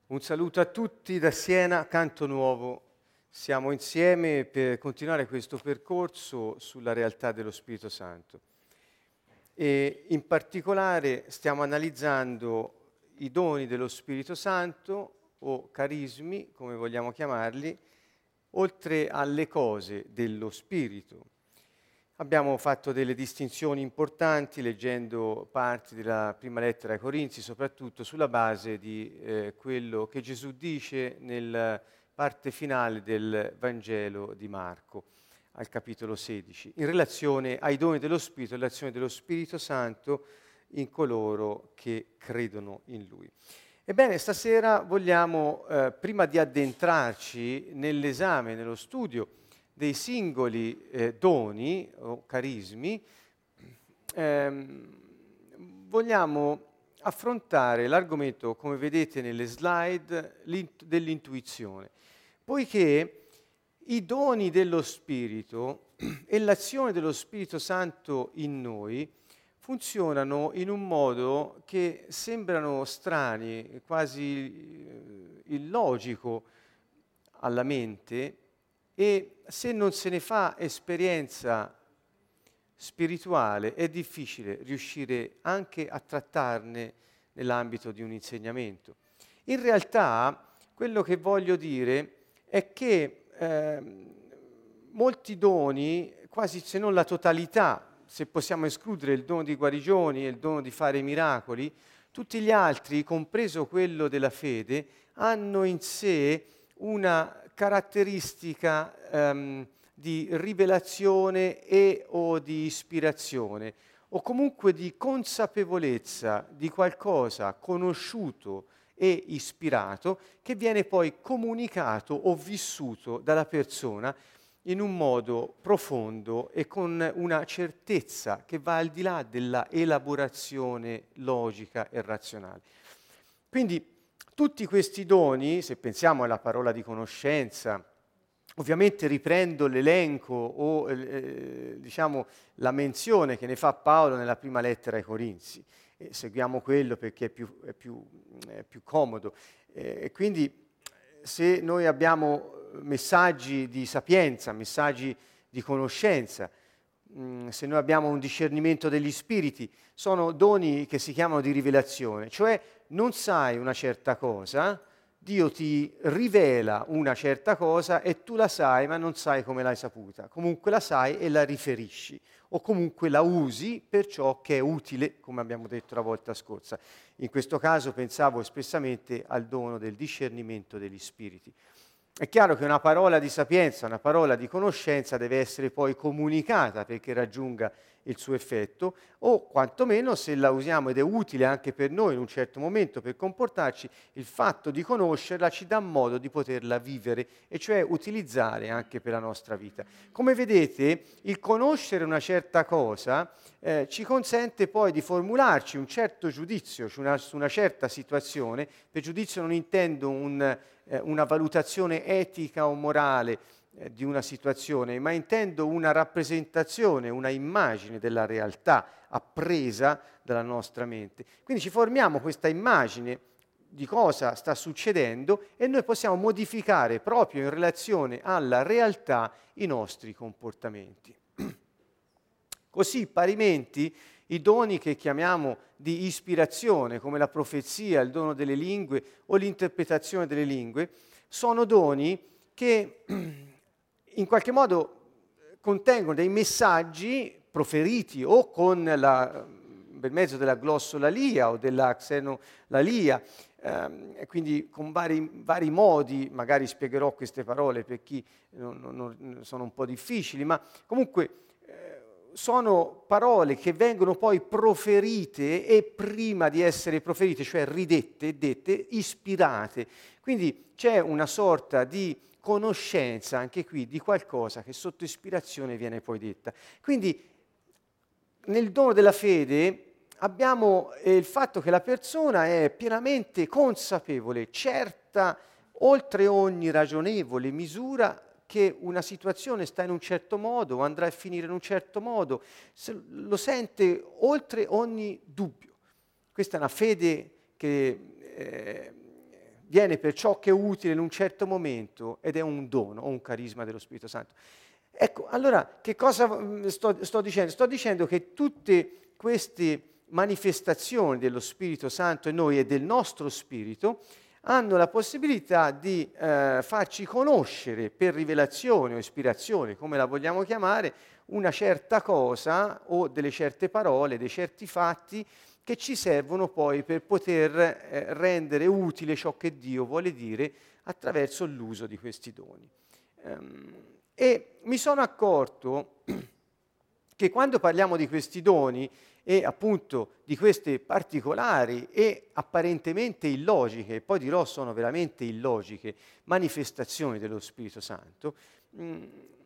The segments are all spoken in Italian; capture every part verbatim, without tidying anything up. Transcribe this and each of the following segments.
Un saluto a tutti da Siena, Canto Nuovo. Siamo insieme per continuare questo percorso sulla realtà dello Spirito Santo. E in particolare stiamo analizzando i doni dello Spirito Santo, o carismi, come vogliamo chiamarli, oltre alle cose dello Spirito. Abbiamo fatto delle distinzioni importanti leggendo parti della prima lettera ai Corinzi, soprattutto sulla base di eh, quello che Gesù dice nella parte finale del Vangelo di Marco, al capitolo sedici, in relazione ai doni dello Spirito, in relazione dello Spirito Santo in coloro che credono in Lui. Ebbene, stasera vogliamo, eh, prima di addentrarci nell'esame, nello studio dei singoli eh, doni o carismi, ehm, vogliamo affrontare l'argomento, come vedete nelle slide, dell'intuizione, poiché i doni dello Spirito e l'azione dello Spirito Santo in noi funzionano in un modo che sembrano strani, quasi eh, illogico alla mente, e se non se ne fa esperienza spirituale è difficile riuscire anche a trattarne nell'ambito di un insegnamento. In realtà quello che voglio dire è che eh, molti doni, quasi se non la totalità, se possiamo escludere il dono di guarigioni e il dono di fare miracoli, tutti gli altri, compreso quello della fede, hanno in sé una caratteristica ehm, di rivelazione e o di ispirazione, o comunque di consapevolezza di qualcosa conosciuto e ispirato che viene poi comunicato o vissuto dalla persona in un modo profondo e con una certezza che va al di là della elaborazione logica e razionale. Quindi tutti questi doni, se pensiamo alla parola di conoscenza, ovviamente riprendo l'elenco o eh, diciamo la menzione che ne fa Paolo nella prima lettera ai Corinzi. E seguiamo quello perché è più, è più, è più comodo. E eh, quindi se noi abbiamo messaggi di sapienza, messaggi di conoscenza, mh, se noi abbiamo un discernimento degli spiriti, sono doni che si chiamano di rivelazione, cioè non sai una certa cosa, Dio ti rivela una certa cosa e tu la sai, ma non sai come l'hai saputa. Comunque la sai e la riferisci, o comunque la usi per ciò che è utile, come abbiamo detto la volta scorsa. In questo caso pensavo espressamente al dono del discernimento degli spiriti. È chiaro che una parola di sapienza, una parola di conoscenza deve essere poi comunicata perché raggiunga il suo effetto, o quantomeno se la usiamo ed è utile anche per noi in un certo momento per comportarci, il fatto di conoscerla ci dà modo di poterla vivere, e cioè utilizzare anche per la nostra vita. Come vedete, il conoscere una certa cosa eh, ci consente poi di formularci un certo giudizio su una, su una certa situazione. Per giudizio non intendo un, eh, una valutazione etica o morale di una situazione, ma intendo una rappresentazione, una immagine della realtà appresa dalla nostra mente. Quindi ci formiamo questa immagine di cosa sta succedendo e noi possiamo modificare proprio in relazione alla realtà i nostri comportamenti. Così, parimenti, i doni che chiamiamo di ispirazione, come la profezia, il dono delle lingue o l'interpretazione delle lingue, sono doni che in qualche modo contengono dei messaggi proferiti o con la, per mezzo della glossolalia o della xenolalia, ehm, e quindi con vari, vari modi, magari spiegherò queste parole per chi non, non, sono un po' difficili, ma comunque eh, sono parole che vengono poi proferite e prima di essere proferite, cioè ridette e dette, ispirate. Quindi c'è una sorta di conoscenza anche qui di qualcosa che sotto ispirazione viene poi detta. Quindi nel dono della fede abbiamo eh, il fatto che la persona è pienamente consapevole, certa oltre ogni ragionevole misura che una situazione sta in un certo modo o andrà a finire in un certo modo, se lo sente oltre ogni dubbio. Questa è una fede che eh, viene per ciò che è utile in un certo momento ed è un dono o un carisma dello Spirito Santo. Ecco, allora che cosa sto, sto dicendo? Sto dicendo che tutte queste manifestazioni dello Spirito Santo in noi e del nostro spirito hanno la possibilità di eh, farci conoscere per rivelazione o ispirazione, come la vogliamo chiamare, una certa cosa o delle certe parole, dei certi fatti che ci servono poi per poter eh, rendere utile ciò che Dio vuole dire attraverso l'uso di questi doni. Um, e mi sono accorto che quando parliamo di questi doni e appunto di queste particolari e apparentemente illogiche, poi dirò sono veramente illogiche, manifestazioni dello Spirito Santo, mh,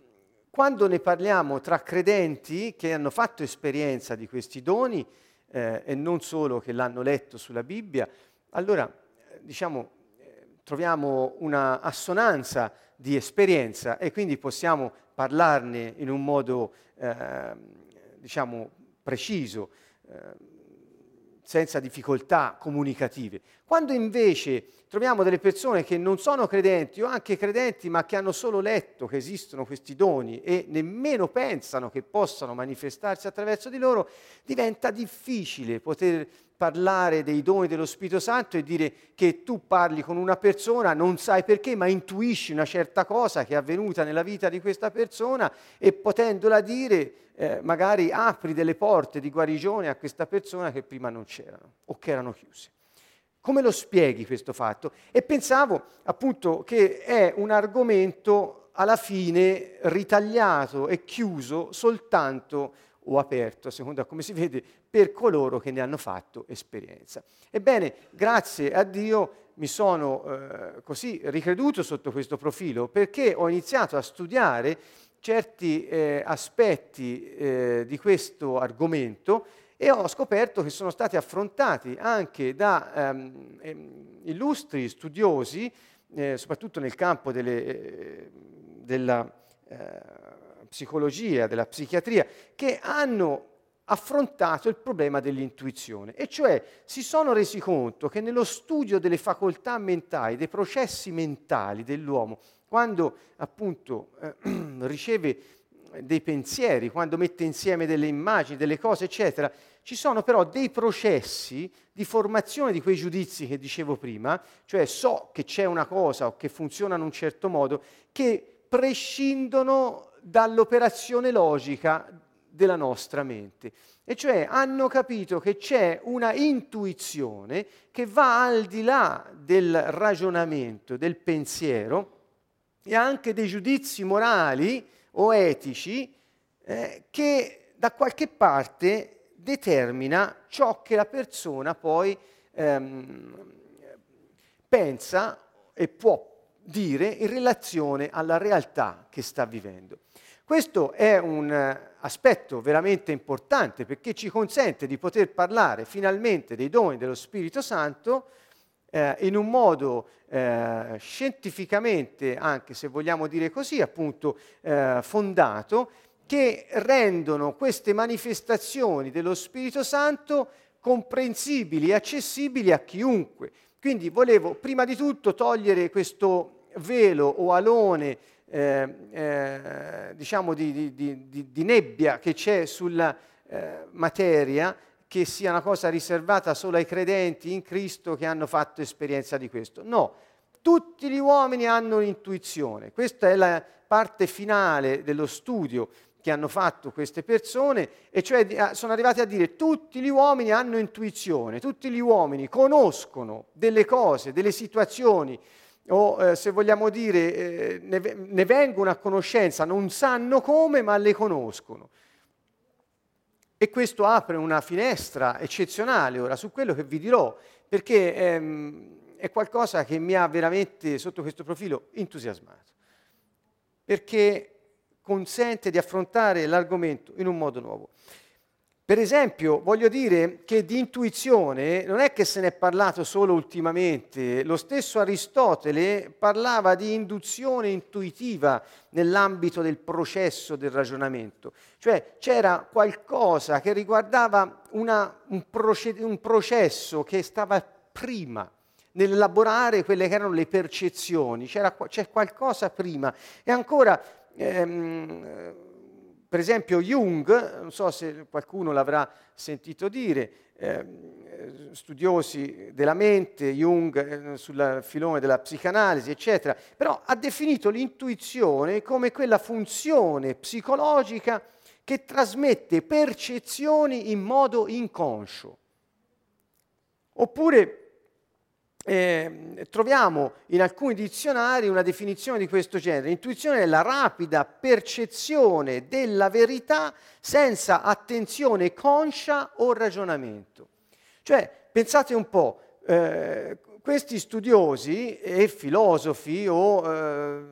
quando ne parliamo tra credenti che hanno fatto esperienza di questi doni eh, e non solo che l'hanno letto sulla Bibbia, allora eh, diciamo eh, troviamo una assonanza di esperienza e quindi possiamo parlarne in un modo eh, diciamo preciso, eh, senza difficoltà comunicative. Quando invece troviamo delle persone che non sono credenti o anche credenti ma che hanno solo letto che esistono questi doni e nemmeno pensano che possano manifestarsi attraverso di loro, diventa difficile poter parlare dei doni dello Spirito Santo e dire che tu parli con una persona, non sai perché, ma intuisci una certa cosa che è avvenuta nella vita di questa persona e potendola dire eh, magari apri delle porte di guarigione a questa persona che prima non c'erano o che erano chiuse. Come lo spieghi questo fatto? E pensavo appunto che è un argomento alla fine ritagliato e chiuso soltanto o aperto, a seconda come si vede, per coloro che ne hanno fatto esperienza. Ebbene, grazie a Dio mi sono eh, così ricreduto sotto questo profilo perché ho iniziato a studiare certi eh, aspetti eh, di questo argomento e ho scoperto che sono stati affrontati anche da ehm, ehm, illustri studiosi, eh, soprattutto nel campo delle, eh, della eh, psicologia, della psichiatria, che hanno affrontato il problema dell'intuizione, e cioè si sono resi conto che nello studio delle facoltà mentali, dei processi mentali dell'uomo, quando appunto eh, riceve dei pensieri, quando mette insieme delle immagini, delle cose, eccetera, ci sono però dei processi di formazione di quei giudizi che dicevo prima, cioè so che c'è una cosa o che funziona in un certo modo, che prescindono dall'operazione logica della nostra mente. E cioè hanno capito che c'è una intuizione che va al di là del ragionamento, del pensiero e anche dei giudizi morali o etici eh, che da qualche parte determina ciò che la persona poi ehm, pensa e può dire in relazione alla realtà che sta vivendo. Questo è un aspetto veramente importante perché ci consente di poter parlare finalmente dei doni dello Spirito Santo eh, in un modo eh, scientificamente, anche se vogliamo dire così, appunto eh, fondato, che rendono queste manifestazioni dello Spirito Santo comprensibili e accessibili a chiunque. Quindi volevo prima di tutto togliere questo velo o alone eh, eh, diciamo di, di, di, di nebbia che c'è sulla eh, materia, che sia una cosa riservata solo ai credenti in Cristo che hanno fatto esperienza di questo. No, tutti gli uomini hanno un'intuizione. Questa è la parte finale dello studio che hanno fatto queste persone, e cioè sono arrivati a dire tutti gli uomini hanno intuizione, tutti gli uomini conoscono delle cose, delle situazioni, o eh, se vogliamo dire eh, ne, ne vengono a conoscenza, non sanno come, ma le conoscono. E questo apre una finestra eccezionale ora su quello che vi dirò, perché ehm, è qualcosa che mi ha veramente, sotto questo profilo, entusiasmato. Perché consente di affrontare l'argomento in un modo nuovo. Per esempio, voglio dire che di intuizione non è che se ne è parlato solo ultimamente, lo stesso Aristotele parlava di induzione intuitiva nell'ambito del processo del ragionamento, cioè c'era qualcosa che riguardava una, un, proced- un processo che stava prima nell'elaborare quelle che erano le percezioni, c'era, c'è qualcosa prima. E ancora, ehm, per esempio Jung, non so se qualcuno l'avrà sentito dire, eh, studiosi della mente, Jung eh, sul filone della psicanalisi, eccetera, però ha definito l'intuizione come quella funzione psicologica che trasmette percezioni in modo inconscio. Oppure eh, troviamo in alcuni dizionari una definizione di questo genere. L'intuizione è la rapida percezione della verità senza attenzione conscia o ragionamento. Cioè, pensate un po', eh, questi studiosi e filosofi o eh,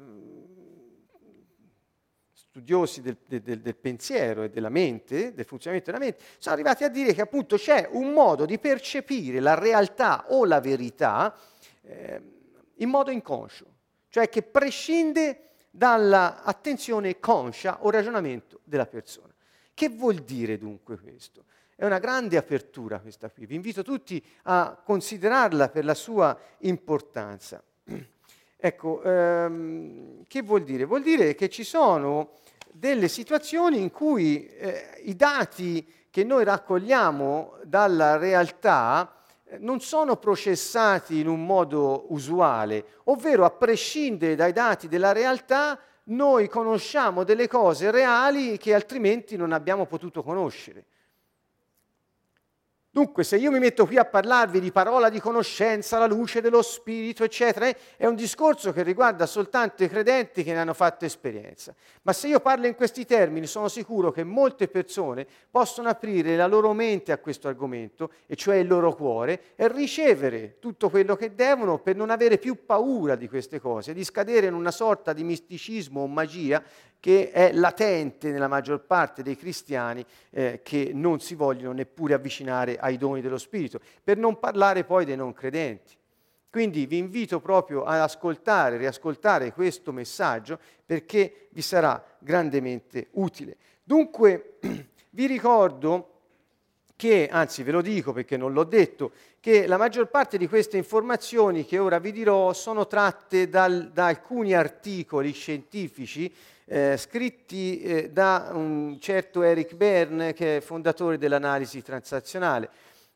studiosi del, del, del pensiero e della mente, del funzionamento della mente, sono arrivati a dire che appunto c'è un modo di percepire la realtà o la verità eh, in modo inconscio, cioè che prescinde dall'attenzione conscia o ragionamento della persona. Che vuol dire dunque questo? È una grande apertura questa qui, vi invito tutti a considerarla per la sua importanza. Ecco, ehm, che vuol dire? Vuol dire che ci sono delle situazioni in cui eh, i dati che noi raccogliamo dalla realtà eh, non sono processati in un modo usuale, ovvero a prescindere dai dati della realtà noi conosciamo delle cose reali che altrimenti non abbiamo potuto conoscere. Dunque, se io mi metto qui a parlarvi di parola di conoscenza, la luce dello spirito, eccetera, eh, è un discorso che riguarda soltanto i credenti che ne hanno fatto esperienza. Ma se io parlo in questi termini, sono sicuro che molte persone possono aprire la loro mente a questo argomento, e cioè il loro cuore, e ricevere tutto quello che devono per non avere più paura di queste cose, di scadere in una sorta di misticismo o magia che è latente nella maggior parte dei cristiani eh, che non si vogliono neppure avvicinare ai doni dello Spirito, per non parlare poi dei non credenti. Quindi vi invito proprio ad ascoltare, riascoltare questo messaggio perché vi sarà grandemente utile. Dunque vi ricordo che, anzi ve lo dico perché non l'ho detto, che la maggior parte di queste informazioni che ora vi dirò sono tratte dal, da alcuni articoli scientifici Eh, scritti eh, da un certo Eric Berne, che è fondatore dell'analisi transazionale,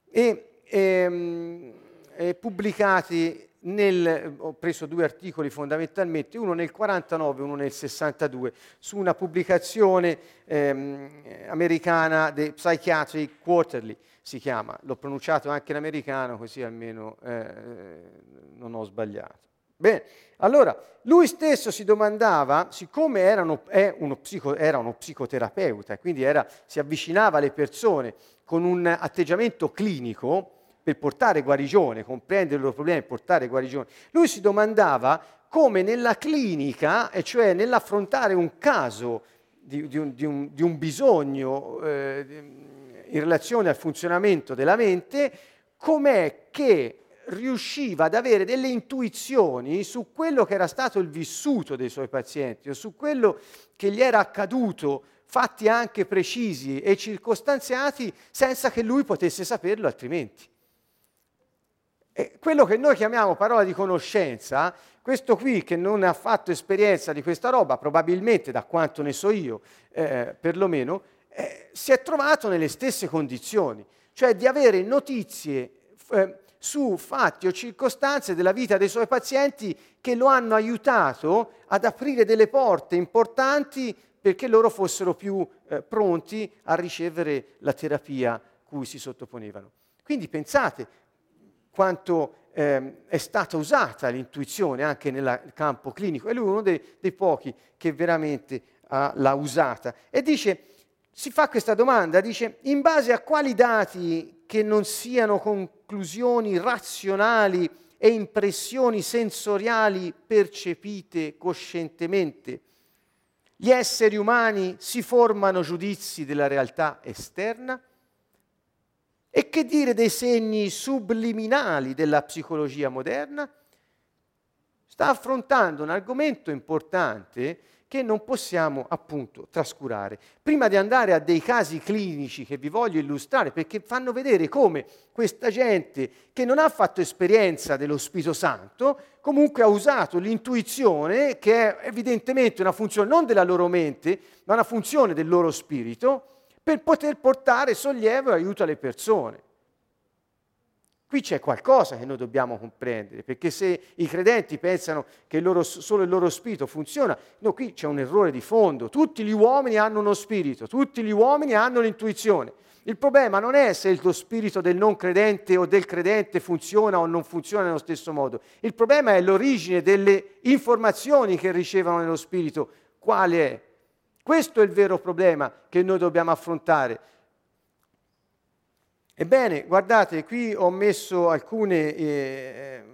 e ehm, e pubblicati nel, ho preso due articoli fondamentalmente, uno nel quarantanove e uno nel sessantadue, su una pubblicazione ehm, americana, The Psychiatric Quarterly si chiama, l'ho pronunciato anche in americano così almeno eh, non ho sbagliato. Bene, allora, lui stesso si domandava, siccome era uno, è uno psico, era uno psicoterapeuta, quindi era, si avvicinava alle persone con un atteggiamento clinico per portare guarigione, comprendere i loro problemi e portare guarigione, lui si domandava come nella clinica, e cioè nell'affrontare un caso di, di, un, di, un, di un bisogno eh, in relazione al funzionamento della mente, com'è che riusciva ad avere delle intuizioni su quello che era stato il vissuto dei suoi pazienti o su quello che gli era accaduto, fatti anche precisi e circostanziati senza che lui potesse saperlo altrimenti. E quello che noi chiamiamo parola di conoscenza, questo qui che non ha fatto esperienza di questa roba, probabilmente da quanto ne so io, eh, perlomeno, eh, si è trovato nelle stesse condizioni, cioè di avere notizie eh, su fatti o circostanze della vita dei suoi pazienti che lo hanno aiutato ad aprire delle porte importanti perché loro fossero più eh, pronti a ricevere la terapia cui si sottoponevano. Quindi pensate quanto eh, è stata usata l'intuizione anche nel campo clinico, e lui è uno dei, dei pochi che veramente ha, l'ha usata. E dice, si fa questa domanda, dice, in base a quali dati che non siano conclusioni razionali e impressioni sensoriali percepite coscientemente, gli esseri umani si formano giudizi della realtà esterna? E che dire dei segni subliminali della psicologia moderna? Sta affrontando un argomento importante che non possiamo appunto trascurare. Prima di andare a dei casi clinici che vi voglio illustrare, perché fanno vedere come questa gente che non ha fatto esperienza dello Spirito Santo, comunque ha usato l'intuizione, che è evidentemente una funzione non della loro mente, ma una funzione del loro spirito, per poter portare sollievo e aiuto alle persone. Qui c'è qualcosa che noi dobbiamo comprendere, perché se i credenti pensano che il loro, solo il loro spirito funziona, no, qui c'è un errore di fondo. Tutti gli uomini hanno uno spirito, tutti gli uomini hanno l'intuizione. Il problema non è se lo spirito del non credente o del credente funziona o non funziona nello stesso modo. Il problema è l'origine delle informazioni che ricevono nello spirito. Quale è? Questo è il vero problema che noi dobbiamo affrontare. Ebbene, guardate, qui ho messo alcune eh,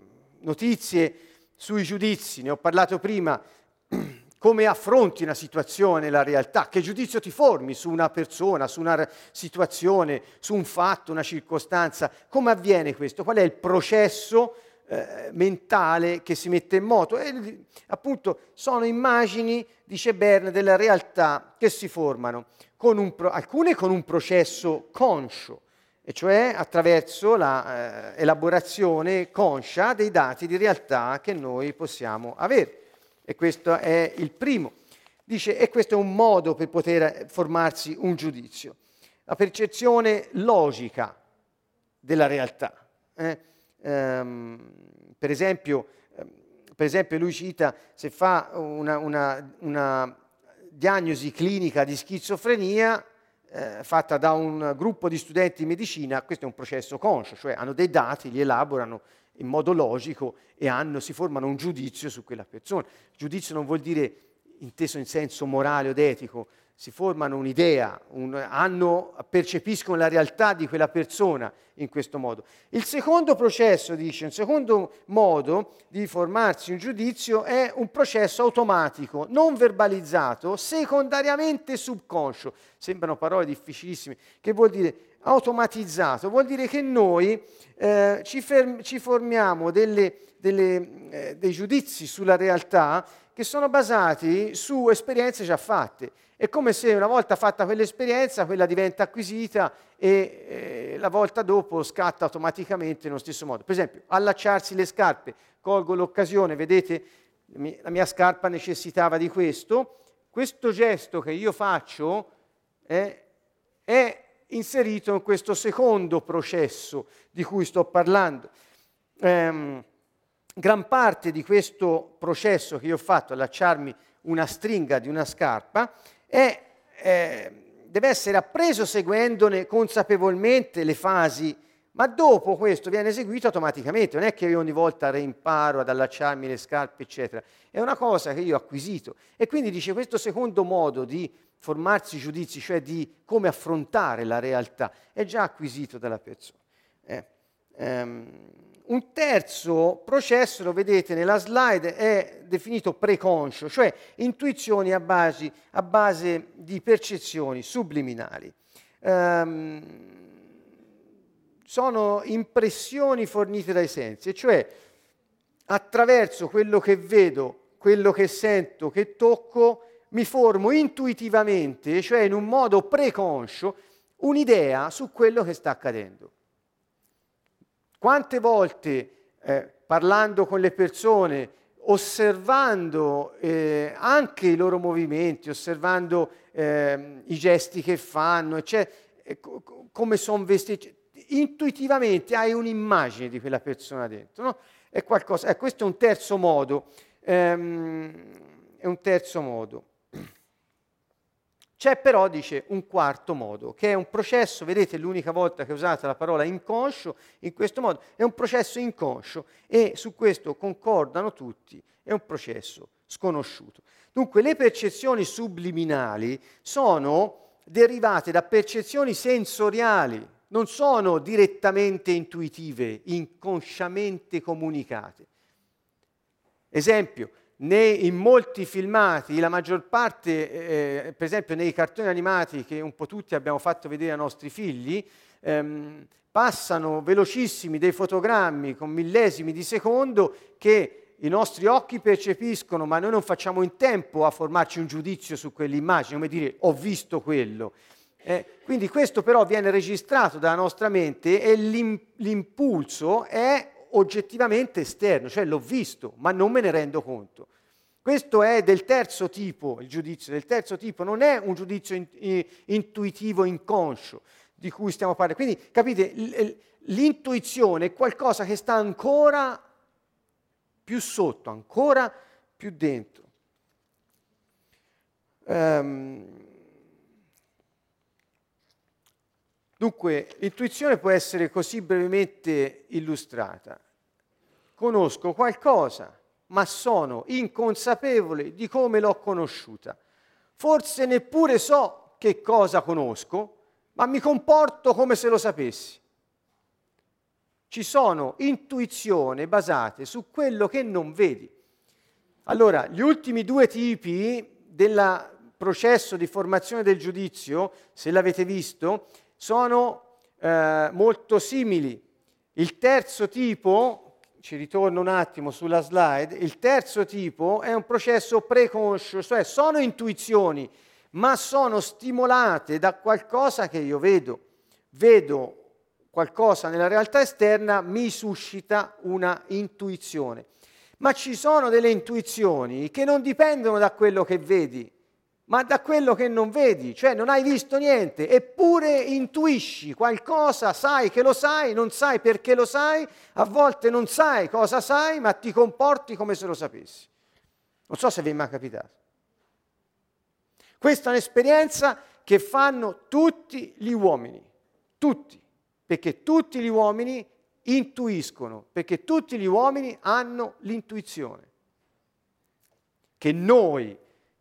notizie sui giudizi, ne ho parlato prima, come affronti una situazione, la realtà, che giudizio ti formi su una persona, su una situazione, su un fatto, una circostanza, come avviene questo? Qual è il processo eh, mentale che si mette in moto? E, appunto, sono immagini, dice Berne, della realtà che si formano, con un pro- alcune con un processo conscio, e cioè attraverso l'elaborazione eh, conscia dei dati di realtà che noi possiamo avere. E questo è il primo. Dice, e questo è un modo per poter formarsi un giudizio. La percezione logica della realtà. Eh? Ehm, per esempio, per esempio, lui cita, se fa una, una, una diagnosi clinica di schizofrenia, Eh, fatta da un gruppo di studenti di medicina, questo è un processo conscio, cioè hanno dei dati, li elaborano in modo logico e hanno, si formano un giudizio su quella persona. Giudizio non vuol dire inteso in senso morale o etico, si formano un'idea, un, hanno, percepiscono la realtà di quella persona in questo modo. Il secondo processo, dice, un secondo modo di formarsi un giudizio è un processo automatico, non verbalizzato, secondariamente subconscio. Sembrano parole difficilissime. Che vuol dire automatizzato? Vuol dire che noi eh, ci, ferm- ci formiamo delle, delle, eh, dei giudizi sulla realtà che sono basati su esperienze già fatte. È come se una volta fatta quell'esperienza, quella diventa acquisita e eh, la volta dopo scatta automaticamente nello stesso modo. Per esempio, allacciarsi le scarpe. Colgo l'occasione, vedete, la mia scarpa necessitava di questo. Questo gesto che io faccio eh, è inserito in questo secondo processo di cui sto parlando. Ehm, gran parte di questo processo che io ho fatto, allacciarmi una stringa di una scarpa, è, eh, deve essere appreso seguendone consapevolmente le fasi, ma dopo questo viene eseguito automaticamente. Non è che io ogni volta reimparo ad allacciarmi le scarpe, eccetera. È una cosa che io ho acquisito. E quindi dice questo secondo modo di formarsi giudizi, cioè di come affrontare la realtà, è già acquisito dalla persona. Eh, ehm, Un terzo processo, lo vedete nella slide, è definito preconscio, cioè intuizioni a base, a base di percezioni subliminali. Um, sono impressioni fornite dai sensi, cioè attraverso quello che vedo, quello che sento, che tocco, mi formo intuitivamente, cioè in un modo preconscio, un'idea su quello che sta accadendo. Quante volte, eh, parlando con le persone, osservando eh, anche i loro movimenti, osservando eh, i gesti che fanno, cioè, eh, co- come sono vestiti, intuitivamente hai un'immagine di quella persona dentro, no? È qualcosa, eh, questo è un terzo modo, ehm, è un terzo modo. C'è però, dice, un quarto modo, che è un processo, vedete l'unica volta che ho usato la parola inconscio, in questo modo, è un processo inconscio e su questo concordano tutti, è un processo sconosciuto. Dunque le percezioni subliminali sono derivate da percezioni sensoriali, non sono direttamente intuitive, inconsciamente comunicate. Esempio, in molti filmati, la maggior parte, eh, per esempio nei cartoni animati che un po' tutti abbiamo fatto vedere ai nostri figli, ehm, passano velocissimi dei fotogrammi con millesimi di secondo che i nostri occhi percepiscono, ma noi non facciamo in tempo a formarci un giudizio su quell'immagine, come dire ho visto quello. Eh, quindi questo però viene registrato dalla nostra mente e l'im- l'impulso è oggettivamente esterno, cioè l'ho visto, ma non me ne rendo conto. Questo è del terzo tipo, il giudizio del terzo tipo, non è un giudizio in- in- intuitivo, inconscio, di cui stiamo parlando. Quindi, capite, l- l'intuizione è qualcosa che sta ancora più sotto, ancora più dentro. Um, Dunque, l'intuizione può essere così brevemente illustrata. Conosco qualcosa, ma sono inconsapevole di come l'ho conosciuta. Forse neppure so che cosa conosco, ma mi comporto come se lo sapessi. Ci sono intuizioni basate su quello che non vedi. Allora, gli ultimi due tipi del processo di formazione del giudizio, se l'avete visto, sono eh, molto simili. Il terzo tipo, ci ritorno un attimo sulla slide, il terzo tipo è un processo preconscio, cioè sono intuizioni, ma sono stimolate da qualcosa che io vedo. Vedo qualcosa nella realtà esterna, mi suscita una intuizione. Ma ci sono delle intuizioni che non dipendono da quello che vedi, ma da quello che non vedi, cioè non hai visto niente, eppure intuisci qualcosa, sai che lo sai, non sai perché lo sai, a volte non sai cosa sai, ma ti comporti come se lo sapessi. Non so se vi è mai capitato. Questa è un'esperienza che fanno tutti gli uomini, tutti, perché tutti gli uomini intuiscono, perché tutti gli uomini hanno l'intuizione, che noi,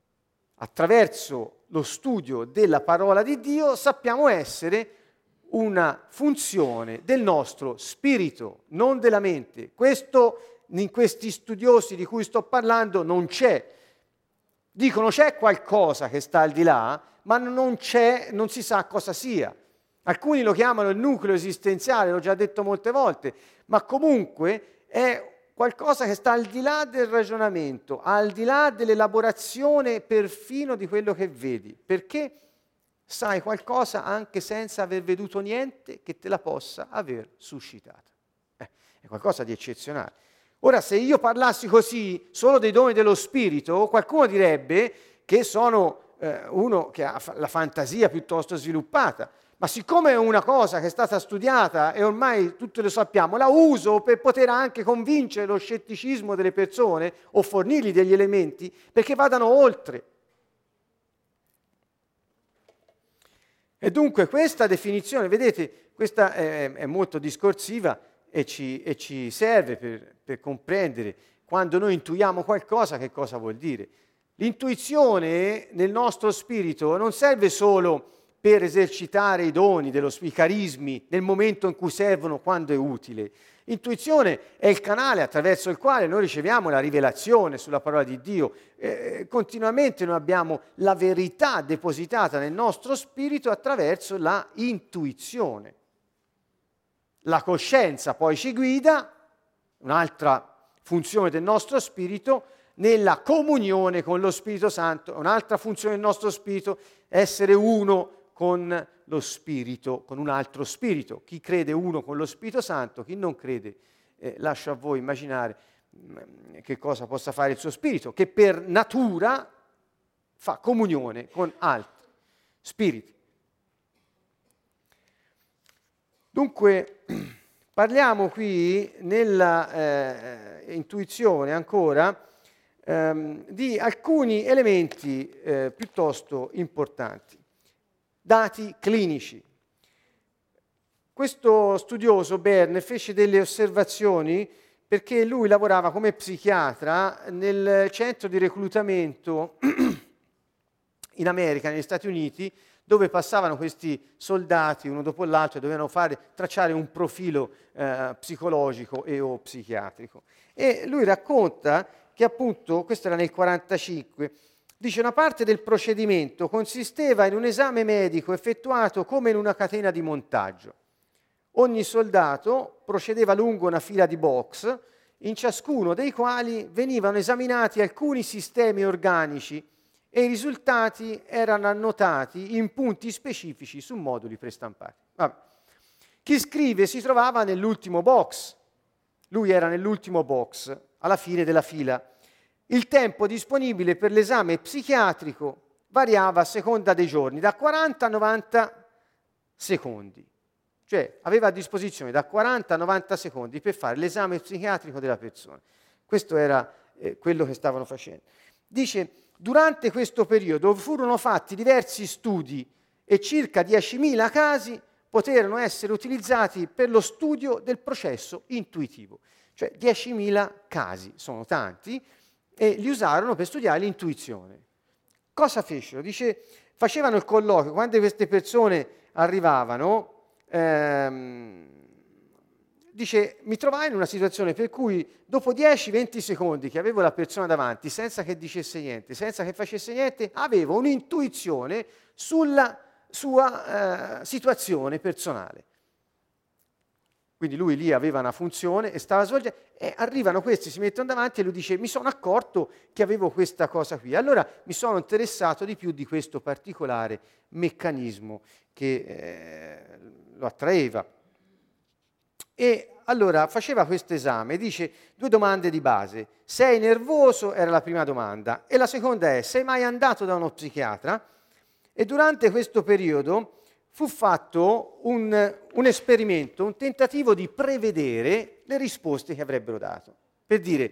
attraverso lo studio della parola di Dio, sappiamo essere una funzione del nostro spirito, non della mente. Questo in questi studiosi di cui sto parlando non c'è. Dicono c'è qualcosa che sta al di là, ma non c'è, non si sa cosa sia. Alcuni lo chiamano il nucleo esistenziale, l'ho già detto molte volte, ma comunque è qualcosa che sta al di là del ragionamento, al di là dell'elaborazione perfino di quello che vedi, perché sai qualcosa anche senza aver veduto niente che te la possa aver suscitata. Eh, è qualcosa di eccezionale. Ora, se io parlassi così solo dei doni dello spirito, qualcuno direbbe che sono eh, uno che ha la fantasia piuttosto sviluppata. Ma siccome è una cosa che è stata studiata e ormai tutti lo sappiamo, la uso per poter anche convincere lo scetticismo delle persone o fornirgli degli elementi perché vadano oltre. E dunque questa definizione, vedete, questa è, è molto discorsiva e ci, e ci serve per, per comprendere quando noi intuiamo qualcosa che cosa vuol dire. L'intuizione nel nostro spirito non serve solo per esercitare i doni dello spirito, i carismi, nel momento in cui servono, quando è utile. L'intuizione è il canale attraverso il quale noi riceviamo la rivelazione sulla parola di Dio. Eh, continuamente noi abbiamo la verità depositata nel nostro spirito attraverso la intuizione. La coscienza poi ci guida, un'altra funzione del nostro spirito, nella comunione con lo Spirito Santo. Un'altra funzione del nostro spirito è essere uno con lo Spirito, con un altro Spirito. Chi crede uno con lo Spirito Santo, chi non crede, eh, lascio a voi immaginare mh, che cosa possa fare il suo Spirito, che per natura fa comunione con altri spiriti. Dunque, parliamo qui nella eh, intuizione ancora ehm, di alcuni elementi eh, piuttosto importanti. Dati clinici. Questo studioso, Berne, fece delle osservazioni perché lui lavorava come psichiatra nel centro di reclutamento in America, negli Stati Uniti, dove passavano questi soldati uno dopo l'altro e dovevano fare, tracciare un profilo eh, psicologico e o psichiatrico. E lui racconta che appunto, questo era nel quarantacinque, dice una parte del procedimento consisteva in un esame medico effettuato come in una catena di montaggio. Ogni soldato procedeva lungo una fila di box in ciascuno dei quali venivano esaminati alcuni sistemi organici e i risultati erano annotati in punti specifici su moduli prestampati. Vabbè. Chi scrive si trovava nell'ultimo box, lui era nell'ultimo box, alla fine della fila. Il tempo disponibile per l'esame psichiatrico variava a seconda dei giorni, da quaranta a novanta secondi. Cioè aveva a disposizione da quaranta a novanta secondi per fare l'esame psichiatrico della persona. Questo era eh, quello che stavano facendo. Dice, durante questo periodo furono fatti diversi studi e circa diecimila casi poterono essere utilizzati per lo studio del processo intuitivo. Cioè diecimila casi, sono tanti, e li usarono per studiare l'intuizione. Cosa fecero? Dice, facevano il colloquio, quando queste persone arrivavano, ehm, dice, mi trovai in una situazione per cui dopo dieci venti secondi che avevo la persona davanti, senza che dicesse niente, senza che facesse niente, avevo un'intuizione sulla sua eh, situazione personale. Quindi lui lì aveva una funzione e stava svolgendo, e arrivano questi, si mettono davanti e lui dice, mi sono accorto che avevo questa cosa qui. Allora mi sono interessato di più di questo particolare meccanismo che eh, lo attraeva. E allora faceva questo esame, dice due domande di base. Sei nervoso? Era la prima domanda. E la seconda è, sei mai andato da uno psichiatra? E durante questo periodo fu fatto un, un esperimento, un tentativo di prevedere le risposte che avrebbero dato. Per dire,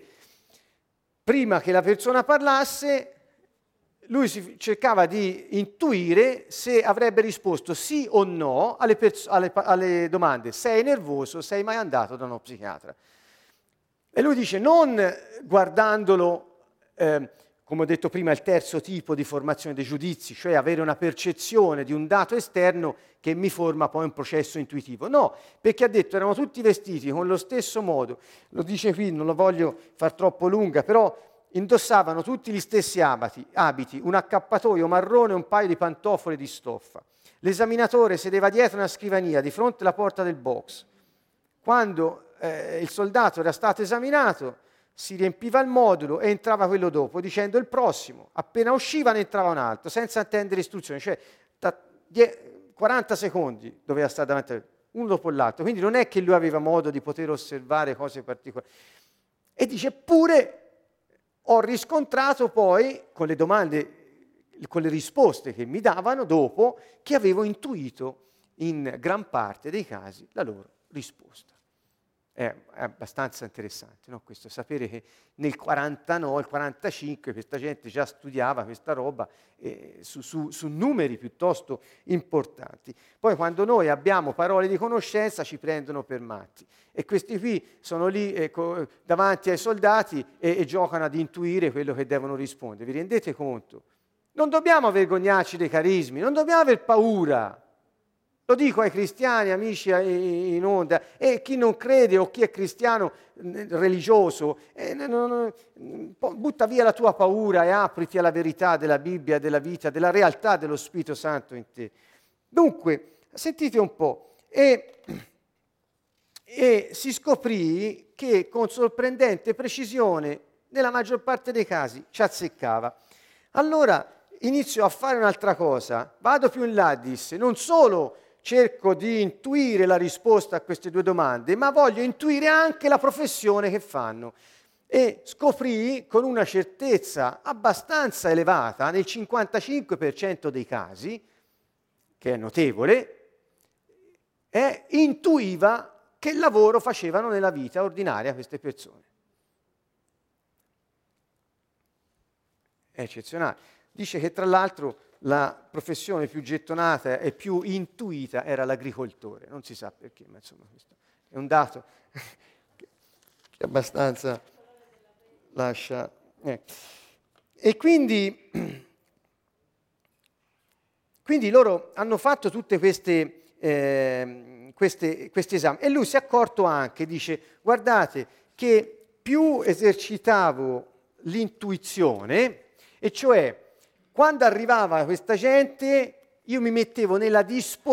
prima che la persona parlasse, lui si cercava di intuire se avrebbe risposto sì o no alle, pers- alle, alle domande sei nervoso, sei mai andato da uno psichiatra? E lui dice, non guardandolo, eh, come ho detto prima, il terzo tipo di formazione dei giudizi, cioè avere una percezione di un dato esterno che mi forma poi un processo intuitivo. No, perché ha detto erano tutti vestiti con lo stesso modo, lo dice qui, non lo voglio far troppo lunga, però indossavano tutti gli stessi abiti, abiti, un accappatoio marrone e un paio di pantofole di stoffa. L'esaminatore sedeva dietro una scrivania di fronte alla porta del box. Quando eh, il soldato era stato esaminato, si riempiva il modulo e entrava quello dopo, dicendo il prossimo. Appena usciva ne entrava un altro, senza attendere istruzioni. Cioè, da quaranta secondi doveva stare davanti uno dopo l'altro. Quindi non è che lui aveva modo di poter osservare cose particolari. E dice, pure ho riscontrato poi, con le domande, con le risposte che mi davano dopo, che avevo intuito in gran parte dei casi la loro risposta. È abbastanza interessante, no? Questo sapere che nel quarantanove, il quarantacinque questa gente già studiava questa roba eh, su, su, su numeri piuttosto importanti. Poi quando noi abbiamo parole di conoscenza ci prendono per matti e questi qui sono lì eh, co- davanti ai soldati e, e giocano ad intuire quello che devono rispondere. Vi rendete conto? Non dobbiamo vergognarci dei carismi, non dobbiamo aver paura. Lo dico ai cristiani, amici in onda, e chi non crede o chi è cristiano religioso, eh, non, butta via la tua paura e apriti alla verità della Bibbia, della vita, della realtà dello Spirito Santo in te. Dunque, sentite un po', e, e si scoprì che con sorprendente precisione, nella maggior parte dei casi, ci azzeccava. Allora iniziò a fare un'altra cosa, vado più in là, disse, non solo cerco di intuire la risposta a queste due domande, ma voglio intuire anche la professione che fanno. E scoprì con una certezza abbastanza elevata, nel cinquantacinque per cento dei casi, che è notevole, e intuiva che lavoro facevano nella vita ordinaria queste persone. È eccezionale. Dice che tra l'altro la professione più gettonata e più intuita era l'agricoltore, non si sa perché, ma insomma questo è un dato che abbastanza lascia... Eh. E quindi, quindi loro hanno fatto tutte queste, eh, queste, questi esami e lui si è accorto anche, dice, guardate che più esercitavo l'intuizione, e cioè quando arrivava questa gente, io mi mettevo nella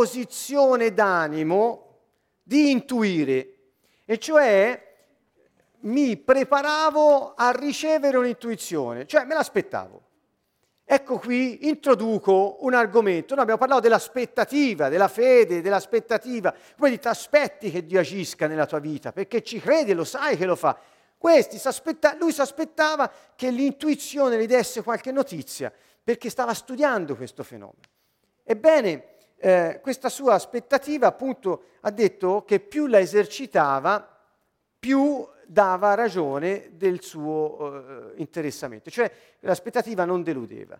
disposizione d'animo di intuire, e cioè mi preparavo a ricevere un'intuizione, cioè me l'aspettavo. Ecco qui introduco un argomento. Noi abbiamo parlato dell'aspettativa, della fede, dell'aspettativa. Come ti aspetti che Dio agisca nella tua vita, perché ci credi, lo sai che lo fa. Questi, lui si aspettava che l'intuizione gli desse qualche notizia, perché stava studiando questo fenomeno. Ebbene, eh, questa sua aspettativa, appunto, ha detto che più la esercitava, più dava ragione del suo eh, interessamento, cioè l'aspettativa non deludeva.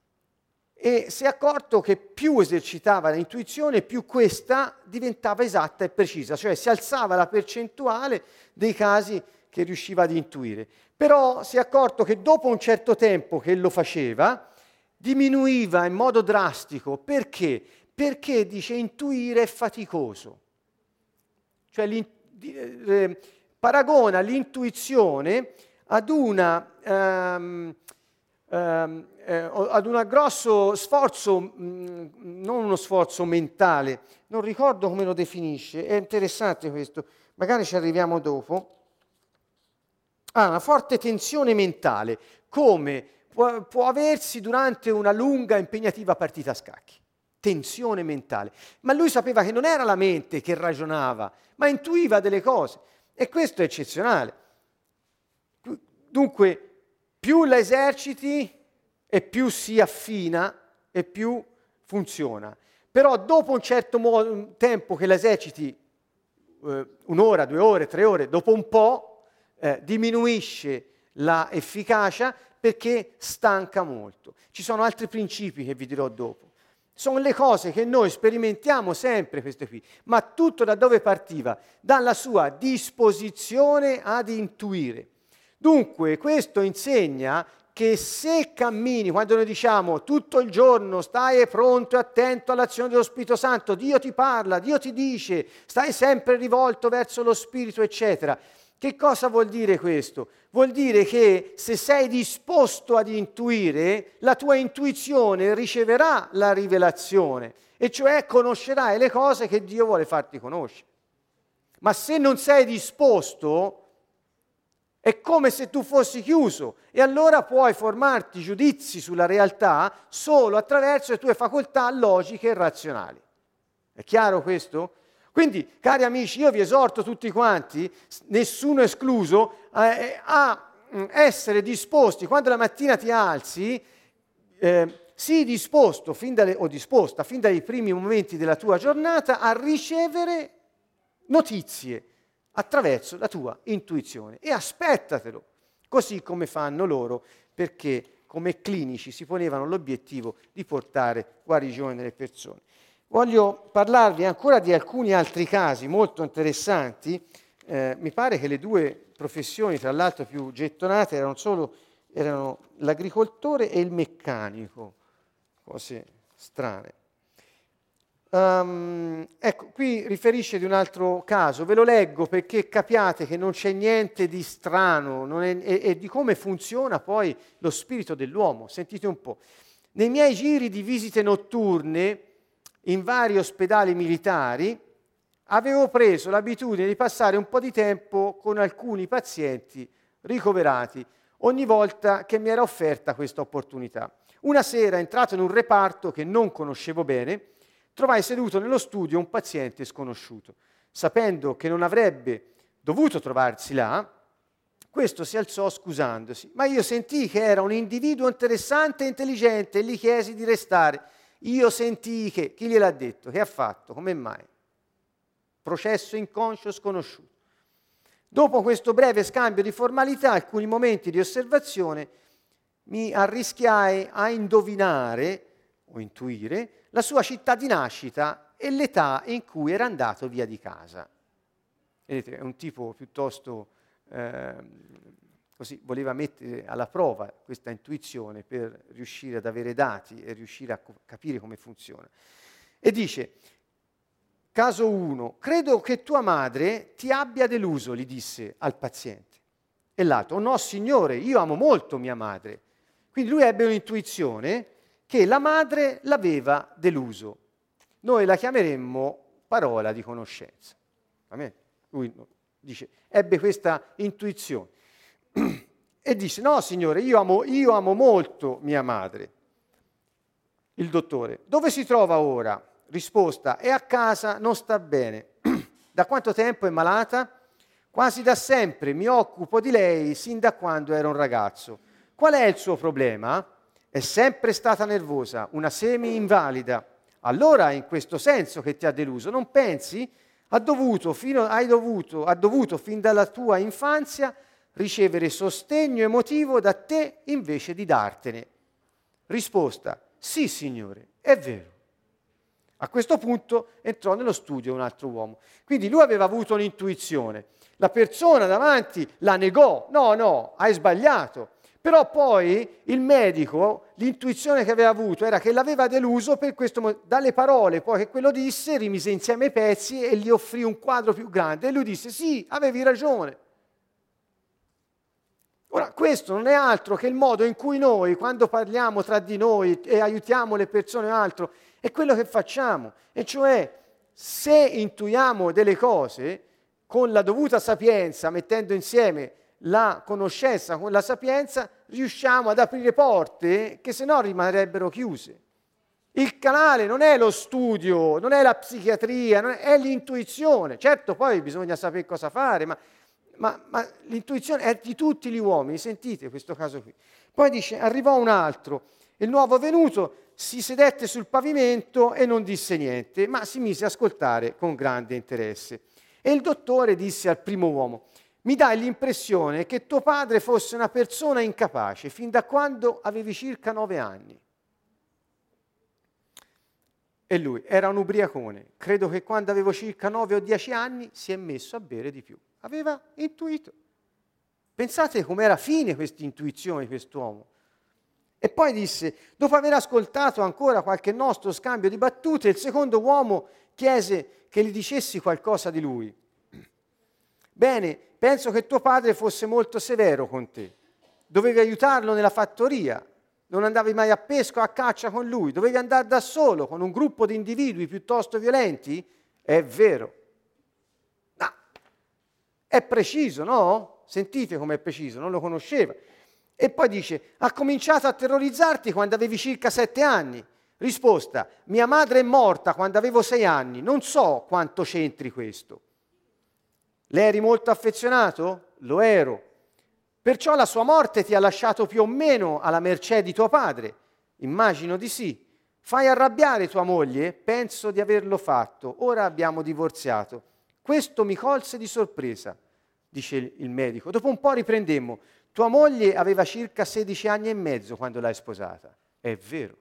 E si è accorto che più esercitava l'intuizione, più questa diventava esatta e precisa, cioè si alzava la percentuale dei casi che riusciva ad intuire. Però si è accorto che dopo un certo tempo che lo faceva, diminuiva in modo drastico. Perché? Perché, dice, intuire è faticoso. Cioè eh, paragona l'intuizione ad una um, um, eh, ad un grosso sforzo, mh, non uno sforzo mentale, non ricordo come lo definisce, è interessante questo, magari ci arriviamo dopo. Ah, una forte tensione mentale, come può, può aversi durante una lunga impegnativa partita a scacchi. Tensione mentale. Ma lui sapeva che non era la mente che ragionava, ma intuiva delle cose. E questo è eccezionale. Dunque, più la eserciti e più si affina e più funziona. Però dopo un certo modo, tempo che la eserciti, eh, un'ora, due ore, tre ore, dopo un po' eh, diminuisce la efficacia perché stanca molto. Ci sono altri principi che vi dirò dopo. Sono le cose che noi sperimentiamo sempre, queste qui, ma tutto da dove partiva? Dalla sua disposizione ad intuire. Dunque, questo insegna che se cammini, quando noi diciamo tutto il giorno stai pronto e attento all'azione dello Spirito Santo, Dio ti parla, Dio ti dice, stai sempre rivolto verso lo Spirito, eccetera. Che cosa vuol dire questo? Vuol dire che se sei disposto ad intuire, la tua intuizione riceverà la rivelazione, e cioè conoscerai le cose che Dio vuole farti conoscere. Ma se non sei disposto, è come se tu fossi chiuso, e allora puoi formarti giudizi sulla realtà solo attraverso le tue facoltà logiche e razionali. È chiaro questo? Quindi, cari amici, io vi esorto tutti quanti, nessuno escluso, eh, a essere disposti, quando la mattina ti alzi, eh, sii disposto, fin dalle, o disposta, fin dai primi momenti della tua giornata, a ricevere notizie attraverso la tua intuizione. E aspettatelo, così come fanno loro, perché come clinici si ponevano l'obiettivo di portare guarigione nelle persone. Voglio parlarvi ancora di alcuni altri casi molto interessanti. Eh, mi pare che le due professioni, tra l'altro, più gettonate erano solo erano l'agricoltore e il meccanico, cose strane. Um, ecco, qui riferisce di un altro caso, ve lo leggo perché capiate che non c'è niente di strano non è, e, e di come funziona poi lo spirito dell'uomo. Sentite un po'. Nei miei giri di visite notturne in vari ospedali militari, avevo preso l'abitudine di passare un po' di tempo con alcuni pazienti ricoverati ogni volta che mi era offerta questa opportunità. Una sera, entrato in un reparto che non conoscevo bene, trovai seduto nello studio un paziente sconosciuto. Sapendo che non avrebbe dovuto trovarsi là, questo si alzò scusandosi, ma io sentii che era un individuo interessante e intelligente e gli chiesi di restare. Io sentii che, chi gliel'ha detto? Che ha fatto? Come mai? Processo inconscio sconosciuto. Dopo questo breve scambio di formalità, alcuni momenti di osservazione, mi arrischiai a indovinare o intuire la sua città di nascita e l'età in cui era andato via di casa. Vedete, è un tipo piuttosto eh, così, voleva mettere alla prova questa intuizione per riuscire ad avere dati e riuscire a co- capire come funziona. E dice, caso uno, credo che tua madre ti abbia deluso, gli disse al paziente. E l'altro, oh no signore, io amo molto mia madre. Quindi lui ebbe un'intuizione che la madre l'aveva deluso. Noi la chiameremmo parola di conoscenza. Amen. Lui dice, ebbe questa intuizione. E disse, no signore, io amo, io amo molto mia madre. Il dottore, dove si trova ora? Risposta, è a casa, non sta bene. Da quanto tempo è malata? Quasi da sempre, mi occupo di lei sin da quando ero un ragazzo. Qual è il suo problema? È sempre stata nervosa, una semi-invalida. Allora è in questo senso che ti ha deluso, non pensi? Ha dovuto, fino, hai dovuto, ha dovuto fin dalla tua infanzia ricevere sostegno emotivo da te invece di dartene. Risposta, sì signore, è vero. A questo punto entrò nello studio un altro uomo. Quindi lui aveva avuto un'intuizione. La persona davanti la negò, no, no, hai sbagliato. Però poi il medico, l'intuizione che aveva avuto era che l'aveva deluso per questo motivo. Dalle parole poi che quello disse, rimise insieme i pezzi e gli offrì un quadro più grande. E lui disse, sì, avevi ragione. Ora, questo non è altro che il modo in cui noi, quando parliamo tra di noi e aiutiamo le persone o altro, è quello che facciamo. E cioè, se intuiamo delle cose con la dovuta sapienza, mettendo insieme la conoscenza con la sapienza, riusciamo ad aprire porte che se no rimarrebbero chiuse. Il canale non è lo studio, non è la psichiatria, non è, è l'intuizione. Certo, poi bisogna sapere cosa fare, ma, ma, ma l'intuizione è di tutti gli uomini. Sentite questo caso qui. Poi dice, arrivò un altro, il nuovo venuto si sedette sul pavimento e non disse niente, ma si mise a ascoltare con grande interesse. E il dottore disse al primo uomo, mi dai l'impressione che tuo padre fosse una persona incapace fin da quando avevi circa nove anni. E lui era un ubriacone. Credo che quando avevo circa nove o dieci anni si è messo a bere di più. Aveva intuito. Pensate com'era fine questa intuizione di quest'uomo. E poi disse, dopo aver ascoltato ancora qualche nostro scambio di battute, il secondo uomo chiese che gli dicessi qualcosa di lui. Bene, penso che tuo padre fosse molto severo con te. Dovevi aiutarlo nella fattoria, non andavi mai a pesca o a caccia con lui, dovevi andare da solo con un gruppo di individui piuttosto violenti? È vero. No. È preciso, no? Sentite com'è preciso, non lo conosceva. E poi dice, ha cominciato a terrorizzarti quando avevi circa sette anni. Risposta, mia madre è morta quando avevo sei anni, non so quanto c'entri questo. Le eri molto affezionato? Lo ero. Perciò la sua morte ti ha lasciato più o meno alla mercé di tuo padre? Immagino di sì. Fai arrabbiare tua moglie? Penso di averlo fatto. Ora abbiamo divorziato. Questo mi colse di sorpresa, dice il medico. Dopo un po' riprendemmo. Tua moglie aveva circa sedici anni e mezzo quando l'hai sposata. È vero.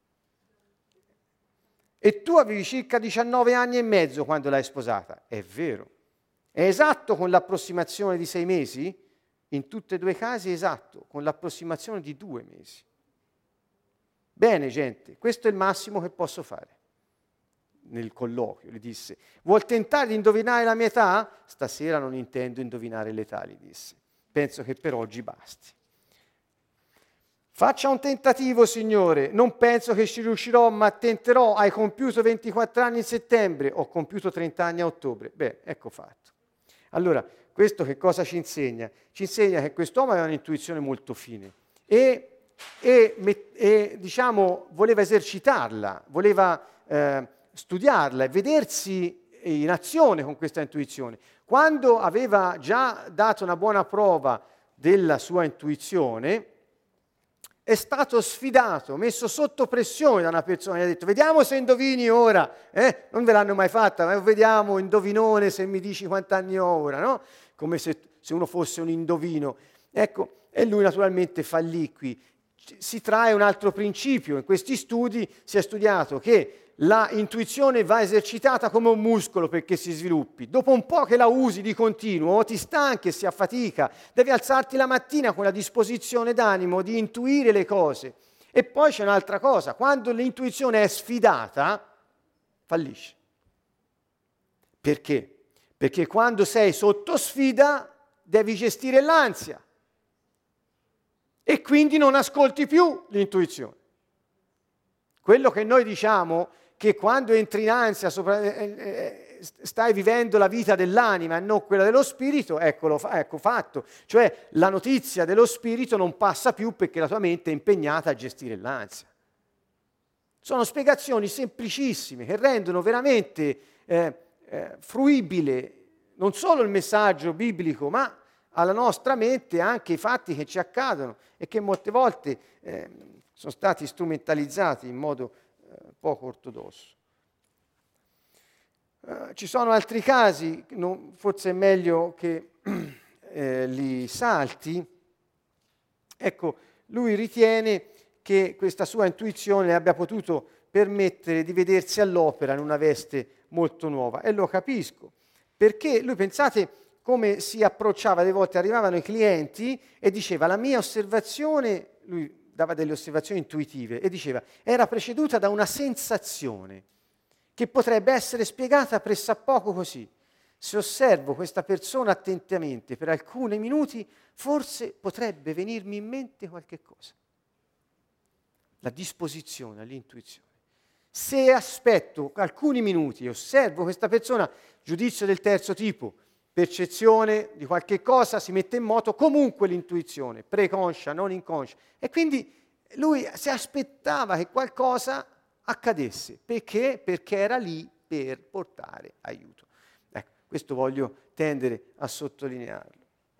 E tu avevi circa diciannove anni e mezzo quando l'hai sposata. È vero. È esatto con l'approssimazione di sei mesi? In tutti e due i casi è esatto, con l'approssimazione di due mesi. Bene, gente, questo è il massimo che posso fare. Nel colloquio gli disse, vuol tentare di indovinare la mia età? Stasera non intendo indovinare l'età, gli disse. Penso che per oggi basti. Faccia un tentativo, signore. Non penso che ci riuscirò, ma tenterò. Hai compiuto ventiquattro anni in settembre, ho compiuto trenta anni a ottobre. Beh, ecco fatto. Allora, questo che cosa ci insegna? Ci insegna che quest'uomo aveva un'intuizione molto fine e, e, e diciamo, voleva esercitarla, voleva eh, studiarla e vedersi in azione con questa intuizione. Quando aveva già dato una buona prova della sua intuizione, è stato sfidato, messo sotto pressione da una persona, gli ha detto vediamo se indovini ora, eh? Non ve l'hanno mai fatta, ma vediamo indovinone se mi dici quanti anni ho ora, no? Come se, se uno fosse un indovino. Ecco, e lui naturalmente fallì qui. Si trae un altro principio, in questi studi si è studiato che la intuizione va esercitata come un muscolo perché si sviluppi. Dopo un po' che la usi di continuo, ti stanchi e si affatica, devi alzarti la mattina con la disposizione d'animo di intuire le cose. E poi c'è un'altra cosa, quando l'intuizione è sfidata, fallisce. Perché? Perché quando sei sotto sfida devi gestire l'ansia e quindi non ascolti più l'intuizione. Quello che noi diciamo che quando entri in ansia sopra, eh, eh, stai vivendo la vita dell'anima e non quella dello spirito, eccolo, ecco fatto. Cioè la notizia dello spirito non passa più perché la tua mente è impegnata a gestire l'ansia. Sono spiegazioni semplicissime che rendono veramente eh, eh, fruibile non solo il messaggio biblico, ma alla nostra mente anche i fatti che ci accadono e che molte volte eh, sono stati strumentalizzati in modo eh, poco ortodosso. Uh, ci sono altri casi, non, forse è meglio che eh, li salti. Ecco, lui ritiene che questa sua intuizione le abbia potuto permettere di vedersi all'opera in una veste molto nuova. E lo capisco, perché lui, pensate come si approcciava, delle volte arrivavano i clienti e diceva la mia osservazione, lui dava delle osservazioni intuitive e diceva era preceduta da una sensazione che potrebbe essere spiegata pressappoco così. Se osservo questa persona attentamente per alcuni minuti, forse potrebbe venirmi in mente qualche cosa. La disposizione all'intuizione. Se aspetto alcuni minuti e osservo questa persona, giudizio del terzo tipo, percezione di qualche cosa, si mette in moto comunque l'intuizione, preconscia, non inconscia. E quindi lui si aspettava che qualcosa accadesse. Perché? Perché era lì per portare aiuto. Ecco, questo voglio tendere a sottolinearlo.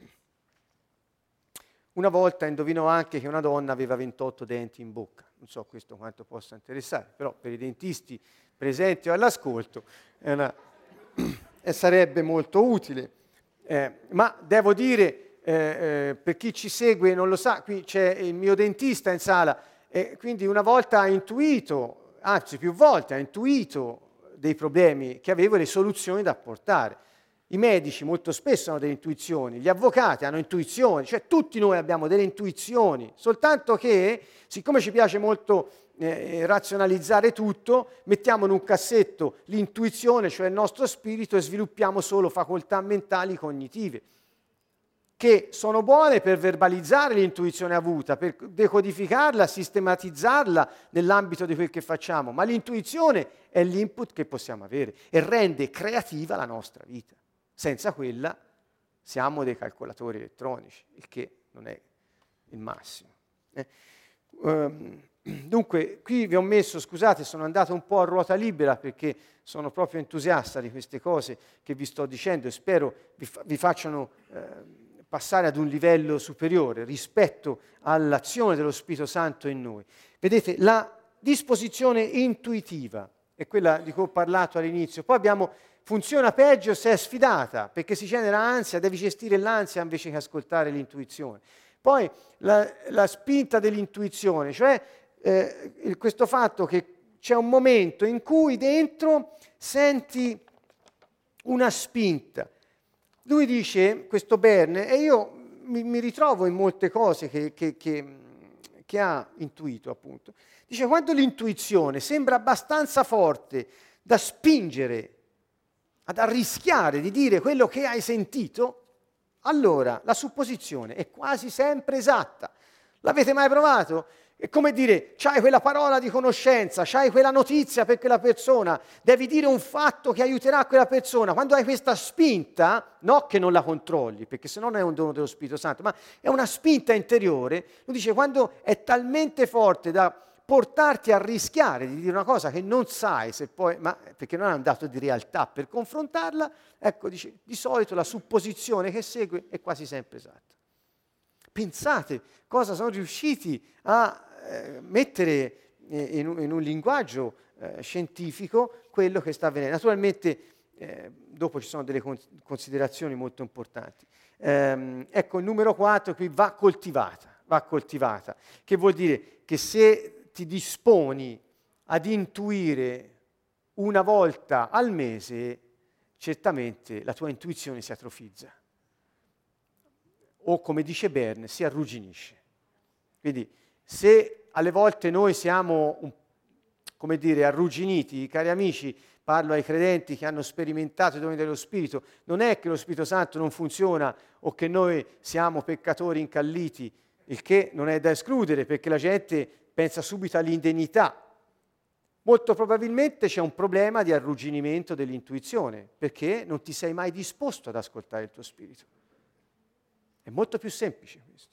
Una volta indovinò anche che una donna aveva ventotto denti in bocca. Non so questo quanto possa interessare, però per i dentisti presenti o all'ascolto è una, eh, sarebbe molto utile. Eh, ma devo dire, eh, eh, per chi ci segue e non lo sa, qui c'è il mio dentista in sala, e quindi una volta ha intuito, anzi più volte ha intuito dei problemi che avevo e le soluzioni da apportare. I medici molto spesso hanno delle intuizioni, gli avvocati hanno intuizioni, cioè tutti noi abbiamo delle intuizioni, soltanto che, siccome ci piace molto eh, razionalizzare tutto, mettiamo in un cassetto l'intuizione, cioè il nostro spirito, e sviluppiamo solo facoltà mentali cognitive, che sono buone per verbalizzare l'intuizione avuta, per decodificarla, sistematizzarla nell'ambito di quel che facciamo, ma l'intuizione è l'input che possiamo avere e rende creativa la nostra vita. Senza quella siamo dei calcolatori elettronici, il che non è il massimo. Eh? Um, dunque, qui vi ho messo, scusate, sono andato un po' a ruota libera perché sono proprio entusiasta di queste cose che vi sto dicendo e spero vi, fa- vi facciano eh, passare ad un livello superiore rispetto all'azione dello Spirito Santo in noi. Vedete, la disposizione intuitiva è quella di cui ho parlato all'inizio. Poi abbiamo funziona peggio se è sfidata, perché si genera ansia, devi gestire l'ansia invece che ascoltare l'intuizione. Poi la, la spinta dell'intuizione, cioè eh, questo fatto che c'è un momento in cui dentro senti una spinta. Lui dice, questo Berne, e io mi, mi ritrovo in molte cose che, che, che, che ha intuito, appunto. Dice, quando l'intuizione sembra abbastanza forte da spingere ad arrischiare di dire quello che hai sentito, allora la supposizione è quasi sempre esatta. L'avete mai provato? È come dire, c'hai quella parola di conoscenza, c'hai quella notizia per quella persona, devi dire un fatto che aiuterà quella persona. Quando hai questa spinta, no che non la controlli, perché se no non è un dono dello Spirito Santo, ma è una spinta interiore, lui dice, quando è talmente forte da portarti a rischiare di dire una cosa che non sai se poi, ma perché non hai un dato di realtà per confrontarla, ecco, dice, di solito la supposizione che segue è quasi sempre esatta. Pensate cosa sono riusciti a eh, mettere in un, in un linguaggio eh, scientifico quello che sta avvenendo. Naturalmente eh, dopo ci sono delle considerazioni molto importanti. Ehm, ecco, il numero quattro qui va coltivata, va coltivata, che vuol dire che se ti disponi ad intuire una volta al mese, certamente la tua intuizione si atrofizza. O, come dice Berne, si arrugginisce. Quindi, se alle volte noi siamo, un, come dire, arrugginiti, cari amici, parlo ai credenti che hanno sperimentato i doni dello Spirito, non è che lo Spirito Santo non funziona o che noi siamo peccatori incalliti, il che non è da escludere, perché la gente pensa subito all'indegnità. molto probabilmente c'è un problema di arrugginimento dell'intuizione, perché non ti sei mai disposto ad ascoltare il tuo spirito. È molto più semplice questo.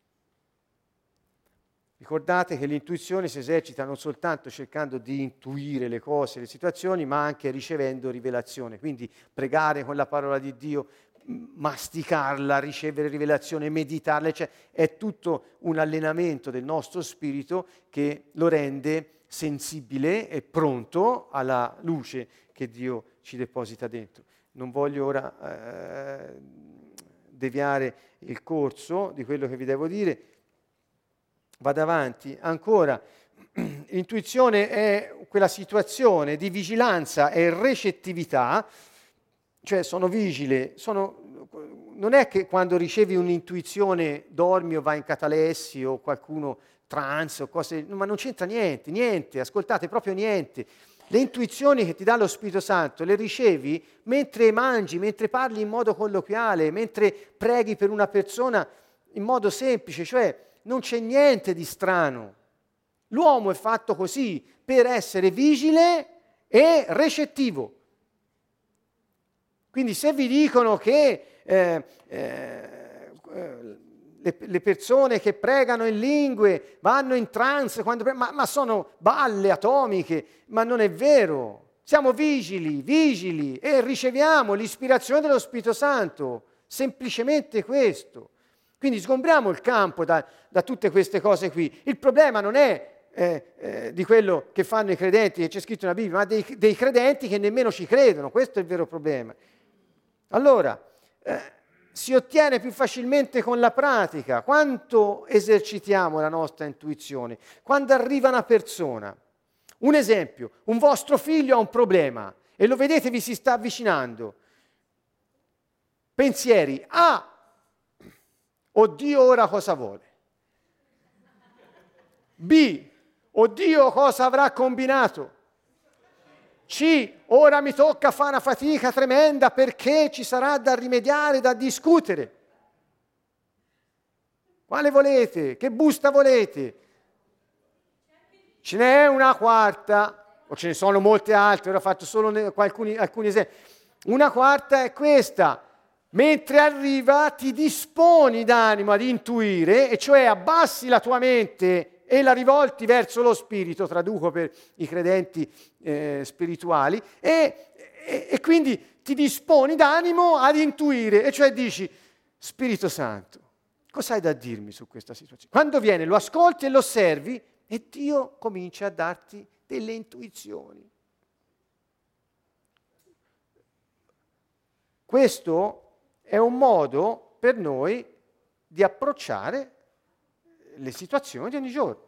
Ricordate che l'intuizione si esercita non soltanto cercando di intuire le cose, le situazioni, ma anche ricevendo rivelazione. Quindi pregare con la parola di Dio, masticarla, ricevere rivelazione, meditarla, cioè è tutto un allenamento del nostro spirito che lo rende sensibile e pronto alla luce che Dio ci deposita dentro. Non voglio ora eh, deviare il corso di quello che vi devo dire. Vado avanti. Ancora, l'intuizione è quella situazione di vigilanza e recettività, cioè sono vigile, sono, non è che quando ricevi un'intuizione dormi o vai in catalessi o qualcuno trance o cose, ma non c'entra niente, niente, ascoltate, proprio niente. Le intuizioni che ti dà lo Spirito Santo le ricevi mentre mangi, mentre parli in modo colloquiale, mentre preghi per una persona in modo semplice, cioè non c'è niente di strano. L'uomo è fatto così per essere vigile e recettivo. Quindi se vi dicono che eh, eh, le, le persone che pregano in lingue vanno in trance, quando pre- ma, ma sono balle atomiche, ma non è vero. Siamo vigili, vigili e riceviamo l'ispirazione dello Spirito Santo, semplicemente questo. Quindi sgombriamo il campo da, da tutte queste cose qui. Il problema non è eh, eh, di quello che fanno i credenti, che c'è scritto nella Bibbia, ma dei, dei credenti che nemmeno ci credono. Questo è il vero problema. Allora, eh, si ottiene più facilmente con la pratica. Quanto esercitiamo la nostra intuizione? Quando arriva una persona, un esempio, un vostro figlio ha un problema e lo vedete vi si sta avvicinando. Pensieri, ah, oddio ora cosa vuole? B, oddio cosa avrà combinato? C, ora mi tocca fare una fatica tremenda perché ci sarà da rimediare, da discutere. Quale volete? Che busta volete? Ce n'è una quarta, o ce ne sono molte altre, ora ho fatto solo alcuni, alcuni esempi. Una quarta è questa. Mentre arriva ti disponi d'animo ad intuire, e cioè abbassi la tua mente e la rivolti verso lo spirito, traduco per i credenti eh, spirituali, e, e, e quindi ti disponi d'animo ad intuire, e cioè dici, Spirito Santo, cosa hai da dirmi su questa situazione? Quando viene lo ascolti e lo osservi e Dio comincia a darti delle intuizioni. Questo è un modo per noi di approcciare le situazioni di ogni giorno.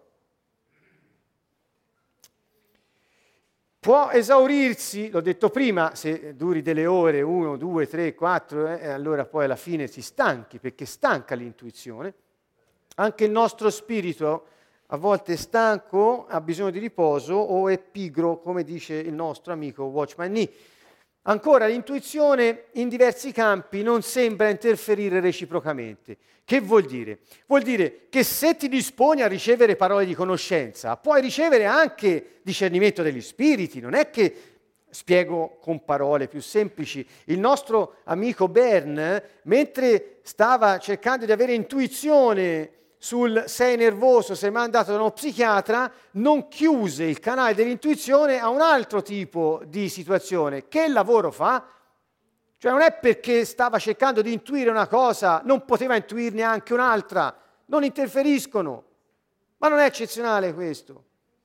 Può esaurirsi, l'ho detto prima, se duri delle ore, uno, due, tre, quattro, eh, allora poi alla fine si stanchi, perché stanca l'intuizione. Anche il nostro spirito a volte è stanco, ha bisogno di riposo o è pigro, come dice il nostro amico Watchman Nee. Ancora, l'intuizione in diversi campi non sembra interferire reciprocamente. Che vuol dire? Vuol dire che se ti disponi a ricevere parole di conoscenza, puoi ricevere anche discernimento degli spiriti. Non è che, spiego con parole più semplici, il nostro amico Bern, mentre stava cercando di avere intuizione sul sei nervoso, sei mandato da uno psichiatra, non chiuse il canale dell'intuizione a un altro tipo di situazione. Che lavoro fa? Cioè non è perché stava cercando di intuire una cosa, non poteva intuirne anche un'altra, non interferiscono. Ma non è eccezionale questo?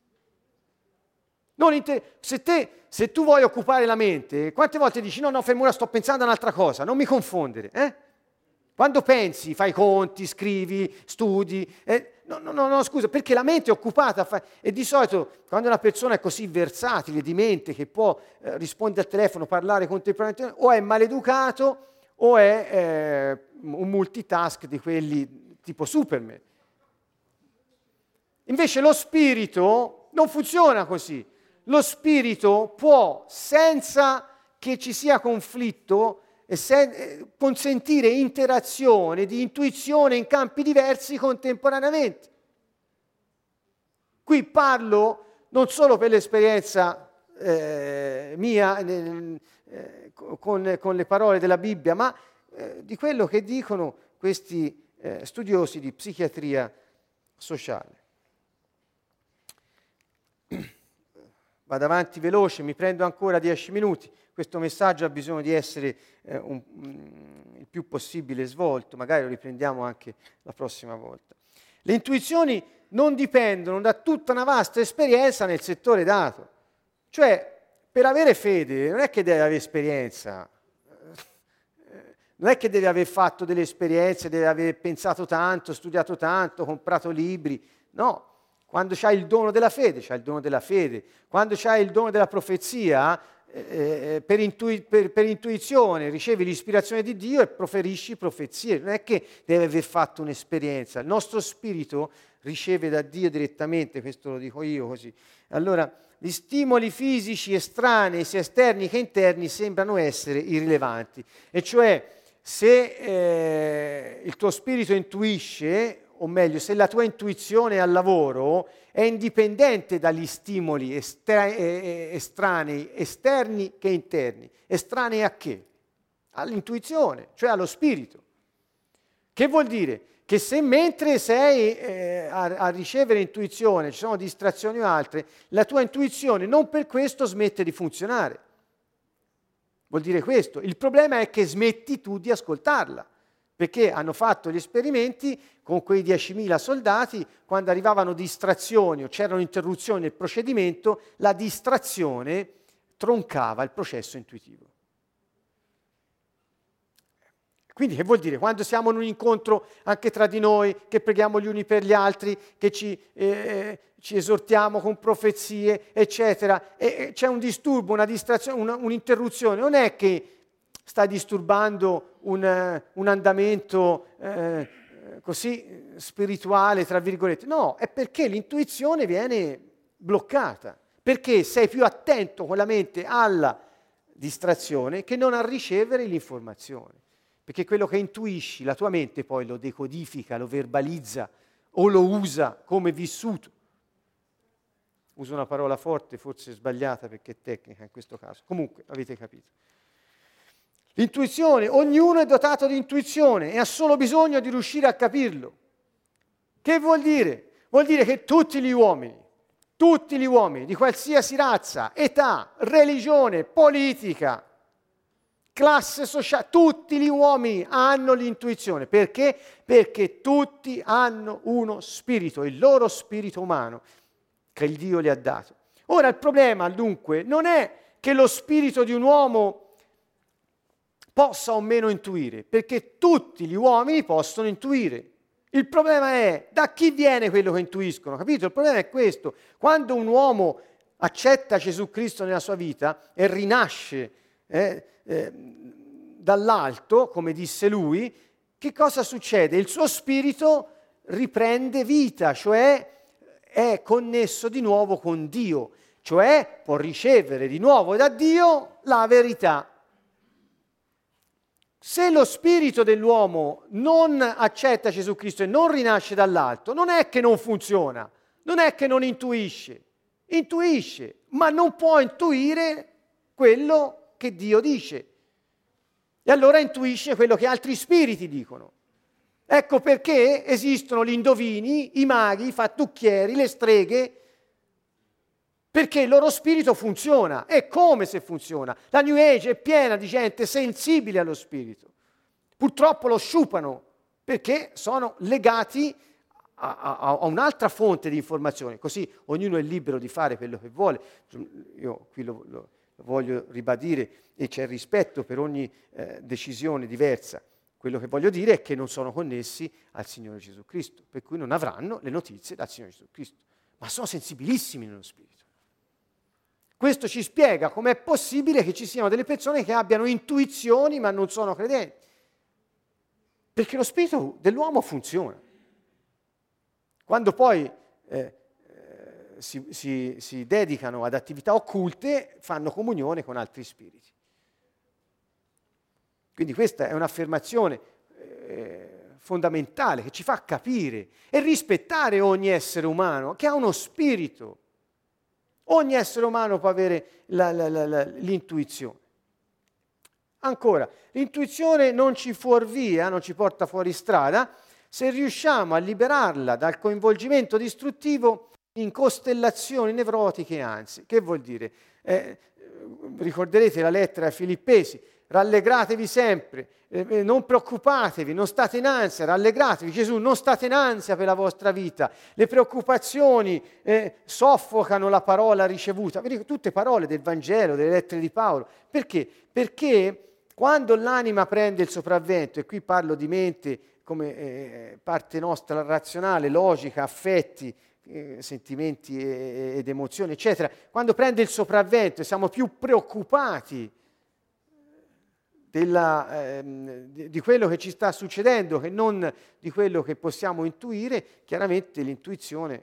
Non inter- se, te, se tu vuoi occupare la mente, quante volte dici no, no, fermo ora, sto pensando a un'altra cosa, non mi confondere, eh? Quando pensi, fai conti, scrivi, studi, eh, no, no, no, no, scusa, perché la mente è occupata, fa... e di solito quando una persona è così versatile di mente che può eh, rispondere al telefono, parlare contemporaneamente, o è maleducato o è eh, un multitask di quelli tipo Superman. Invece lo spirito non funziona così. Lo spirito può, senza che ci sia conflitto, e se, consentire interazione di intuizione in campi diversi contemporaneamente. Qui parlo non solo per l'esperienza eh, mia eh, con, con le parole della Bibbia, ma eh, di quello che dicono questi eh, studiosi di psichiatria sociale. Vado avanti veloce, mi prendo ancora dieci minuti. Questo messaggio ha bisogno di essere eh, un, um, il più possibile svolto, magari lo riprendiamo anche la prossima volta. Le intuizioni non dipendono da tutta una vasta esperienza nel settore dato. Cioè, per avere fede non è che deve avere esperienza, non è che deve aver fatto delle esperienze, deve aver pensato tanto, studiato tanto, comprato libri, no. Quando c'hai il dono della fede, c'hai il dono della fede. Quando c'hai il dono della profezia, eh, per, intui- per, per intuizione ricevi l'ispirazione di Dio e proferisci profezie. Non è che deve aver fatto un'esperienza. Il nostro spirito riceve da Dio direttamente, questo lo dico io così. Allora, gli stimoli fisici estranei, sia esterni che interni, sembrano essere irrilevanti. E cioè, se eh, il tuo spirito intuisce, o meglio, se la tua intuizione è al lavoro, è indipendente dagli stimoli estra- estranei, esterni che interni. Estranei a che? All'intuizione, cioè allo spirito. Che vuol dire? Che se mentre sei eh, a, a ricevere intuizione ci sono distrazioni o altre, la tua intuizione non per questo smette di funzionare. Vuol dire questo. Il problema è che smetti tu di ascoltarla. Perché hanno fatto gli esperimenti con quei diecimila soldati, quando arrivavano distrazioni o c'erano interruzioni nel procedimento, la distrazione troncava il processo intuitivo. Quindi che vuol dire? Quando siamo in un incontro anche tra di noi, che preghiamo gli uni per gli altri, che ci, eh, ci esortiamo con profezie, eccetera, e c'è un disturbo, una distrazione, una, un'interruzione, non è che sta disturbando un, un andamento eh, così spirituale, tra virgolette. No, è perché l'intuizione viene bloccata, perché sei più attento con la mente alla distrazione che non a ricevere l'informazione. Perché quello che intuisci, la tua mente poi lo decodifica, lo verbalizza o lo usa come vissuto. Uso una parola forte, forse sbagliata perché è tecnica in questo caso. Comunque, avete capito. L'intuizione, ognuno è dotato di intuizione e ha solo bisogno di riuscire a capirlo. Che vuol dire? Vuol dire che tutti gli uomini, tutti gli uomini di qualsiasi razza, età, religione, politica, classe sociale, tutti gli uomini hanno l'intuizione. Perché? Perché tutti hanno uno spirito, il loro spirito umano che il Dio gli ha dato. Ora il problema dunque non è che lo spirito di un uomo possa o meno intuire, perché tutti gli uomini possono intuire. Il problema è da chi viene quello che intuiscono, capito? Il problema è questo. Quando un uomo accetta Gesù Cristo nella sua vita e rinasce eh, eh, dall'alto, come disse lui, che cosa succede? Il suo spirito riprende vita, cioè è connesso di nuovo con Dio, cioè può ricevere di nuovo da Dio la verità. Se lo spirito dell'uomo non accetta Gesù Cristo e non rinasce dall'alto, non è che non funziona, non è che non intuisce, intuisce, ma non può intuire quello che Dio dice. E allora intuisce quello che altri spiriti dicono. Ecco perché esistono gli indovini, i maghi, i fattucchieri, le streghe, perché il loro spirito funziona. È come se funziona. La New Age è piena di gente sensibile allo spirito. Purtroppo lo sciupano perché sono legati a, a, a un'altra fonte di informazione. Così ognuno è libero di fare quello che vuole. Io qui lo, lo, lo voglio ribadire e c'è rispetto per ogni eh, decisione diversa. Quello che voglio dire è che non sono connessi al Signore Gesù Cristo, per cui non avranno le notizie dal Signore Gesù Cristo. Ma sono sensibilissimi nello spirito. Questo ci spiega com'è possibile che ci siano delle persone che abbiano intuizioni ma non sono credenti. Perché lo spirito dell'uomo funziona. Quando poi eh, eh, si, si, si dedicano ad attività occulte, fanno comunione con altri spiriti. Quindi questa è un'affermazione eh, fondamentale che ci fa capire e rispettare ogni essere umano che ha uno spirito. Ogni essere umano può avere la, la, la, la, l'intuizione. Ancora, l'intuizione non ci fuorvia, non ci porta fuori strada, se riusciamo a liberarla dal coinvolgimento distruttivo in costellazioni nevrotiche, anzi. Che vuol dire? Eh, ricorderete la lettera ai Filippesi, rallegratevi sempre, eh, non preoccupatevi, non state in ansia, rallegratevi, Gesù, non state in ansia per la vostra vita, le preoccupazioni eh, soffocano la parola ricevuta, vedete, tutte parole del Vangelo, delle lettere di Paolo, perché? Perché quando l'anima prende il sopravvento, e qui parlo di mente come eh, parte nostra razionale, logica, affetti, eh, sentimenti e, ed emozioni, eccetera, quando prende il sopravvento e siamo più preoccupati della, ehm, di, di quello che ci sta succedendo che non di quello che possiamo intuire, chiaramente l'intuizione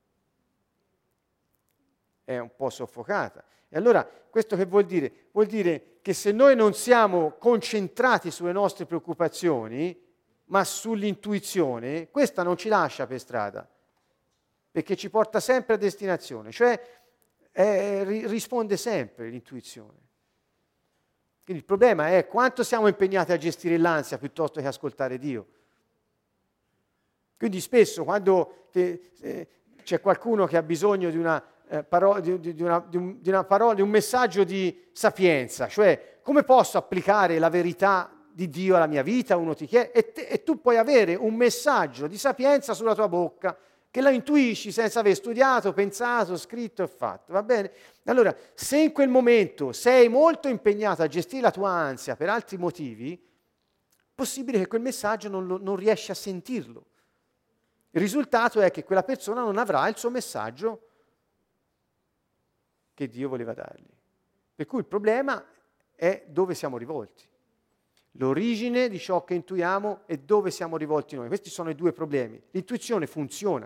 è un po' soffocata. E allora questo che vuol dire? Vuol dire che se noi non siamo concentrati sulle nostre preoccupazioni, ma sull'intuizione, questa non ci lascia per strada, perché ci porta sempre a destinazione, cioè eh, ri- risponde sempre l'intuizione. Quindi il problema è quanto siamo impegnati a gestire l'ansia piuttosto che ascoltare Dio. Quindi spesso quando che, eh, c'è qualcuno che ha bisogno di una Eh, paro- di, di, una, di, un, di una parola, di un messaggio di sapienza, cioè come posso applicare la verità di Dio alla mia vita, uno ti chiede, e, te, e tu puoi avere un messaggio di sapienza sulla tua bocca, che la intuisci senza aver studiato, pensato, scritto e fatto, va bene? Allora, se in quel momento sei molto impegnato a gestire la tua ansia per altri motivi, è possibile che quel messaggio non, lo, non riesci a sentirlo. Il risultato è che quella persona non avrà il suo messaggio che Dio voleva dargli. Per cui il problema è dove siamo rivolti. L'origine di ciò che intuiamo e dove siamo rivolti noi. Questi sono i due problemi. L'intuizione funziona.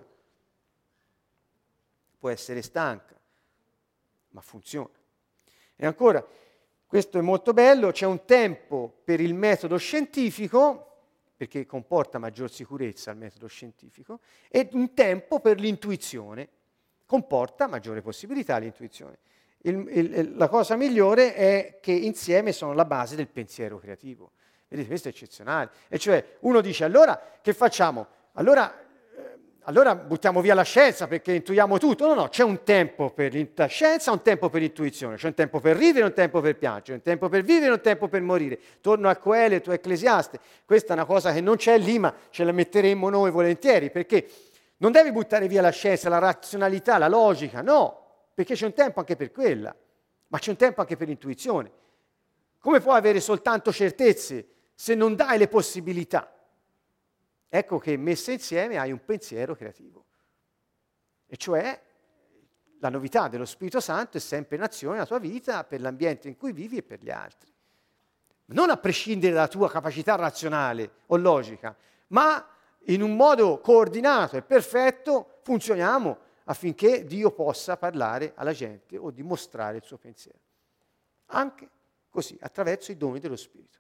Può essere stanca, ma funziona. E ancora, questo è molto bello, c'è un tempo per il metodo scientifico, perché comporta maggior sicurezza il metodo scientifico, e un tempo per l'intuizione, comporta maggiore possibilità all'intuizione. Il, il, la cosa migliore è che insieme sono la base del pensiero creativo. Vedete, questo è eccezionale. E cioè, uno dice, allora, che facciamo? Allora, eh, allora buttiamo via la scienza perché intuiamo tutto. No, no, c'è un tempo per la scienza, un tempo per l'intuizione. C'è un tempo per ridere, un tempo per piangere, un tempo per vivere, un tempo per morire. Torno a Coelet o Ecclesiaste. Questa è una cosa che non c'è lì, ma ce la metteremmo noi volentieri, perché non devi buttare via la scienza, la razionalità, la logica, no, perché c'è un tempo anche per quella, ma c'è un tempo anche per l'intuizione. Come puoi avere soltanto certezze se non dai le possibilità? Ecco che messe insieme hai un pensiero creativo. E cioè la novità dello Spirito Santo è sempre in azione nella tua vita, per l'ambiente in cui vivi e per gli altri. Non a prescindere dalla tua capacità razionale o logica, ma in un modo coordinato e perfetto funzioniamo affinché Dio possa parlare alla gente o dimostrare il suo pensiero. Anche così, attraverso i doni dello Spirito.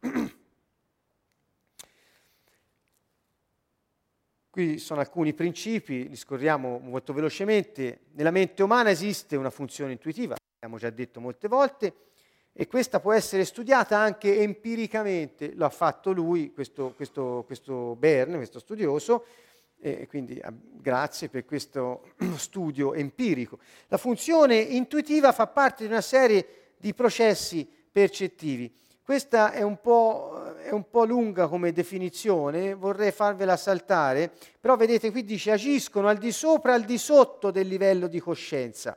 Qui sono alcuni principi, li scorriamo molto velocemente. Nella mente umana esiste una funzione intuitiva, l'abbiamo già detto molte volte, e questa può essere studiata anche empiricamente, lo ha fatto lui, questo, questo, questo Bern, questo studioso, e quindi ah, grazie per questo studio empirico. La funzione intuitiva fa parte di una serie di processi percettivi. Questa è un po', è un po' lunga come definizione, vorrei farvela saltare, però vedete qui dice agiscono al di sopra e al di sotto del livello di coscienza.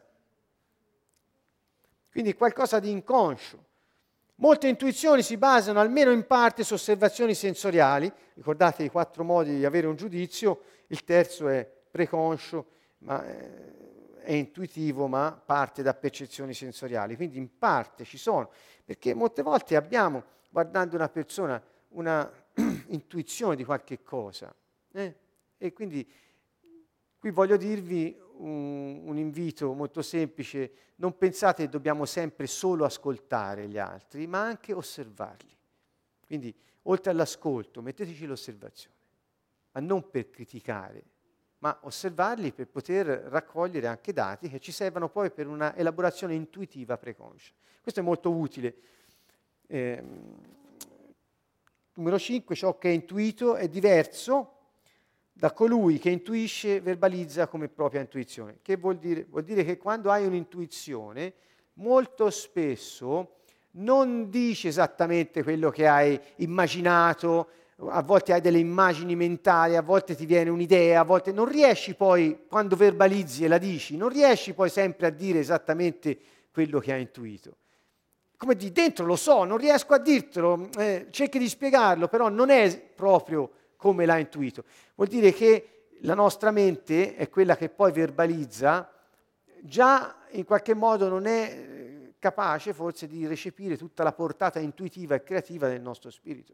Quindi qualcosa di inconscio. Molte intuizioni si basano almeno in parte su osservazioni sensoriali, ricordate i quattro modi di avere un giudizio, il terzo è preconscio, ma è intuitivo, ma parte da percezioni sensoriali, quindi in parte ci sono, perché molte volte abbiamo, guardando una persona, una intuizione di qualche cosa, eh? E quindi qui voglio dirvi un, un invito molto semplice: non pensate che dobbiamo sempre solo ascoltare gli altri, ma anche osservarli. Quindi, oltre all'ascolto, metteteci l'osservazione, ma non per criticare, ma osservarli per poter raccogliere anche dati che ci servano poi per una elaborazione intuitiva preconscia. Questo è molto utile. Eh, numero cinque, ciò che è intuito è diverso da colui che intuisce, verbalizza come propria intuizione. Che vuol dire? Vuol dire che quando hai un'intuizione, molto spesso non dici esattamente quello che hai immaginato, a volte hai delle immagini mentali, a volte ti viene un'idea, a volte non riesci poi, quando verbalizzi e la dici, non riesci poi sempre a dire esattamente quello che hai intuito. Come di dentro lo so, non riesco a dirtelo, eh, cerchi di spiegarlo, però non è proprio come l'ha intuito. Vuol dire che la nostra mente è quella che poi verbalizza, già in qualche modo non è capace forse di recepire tutta la portata intuitiva e creativa del nostro spirito.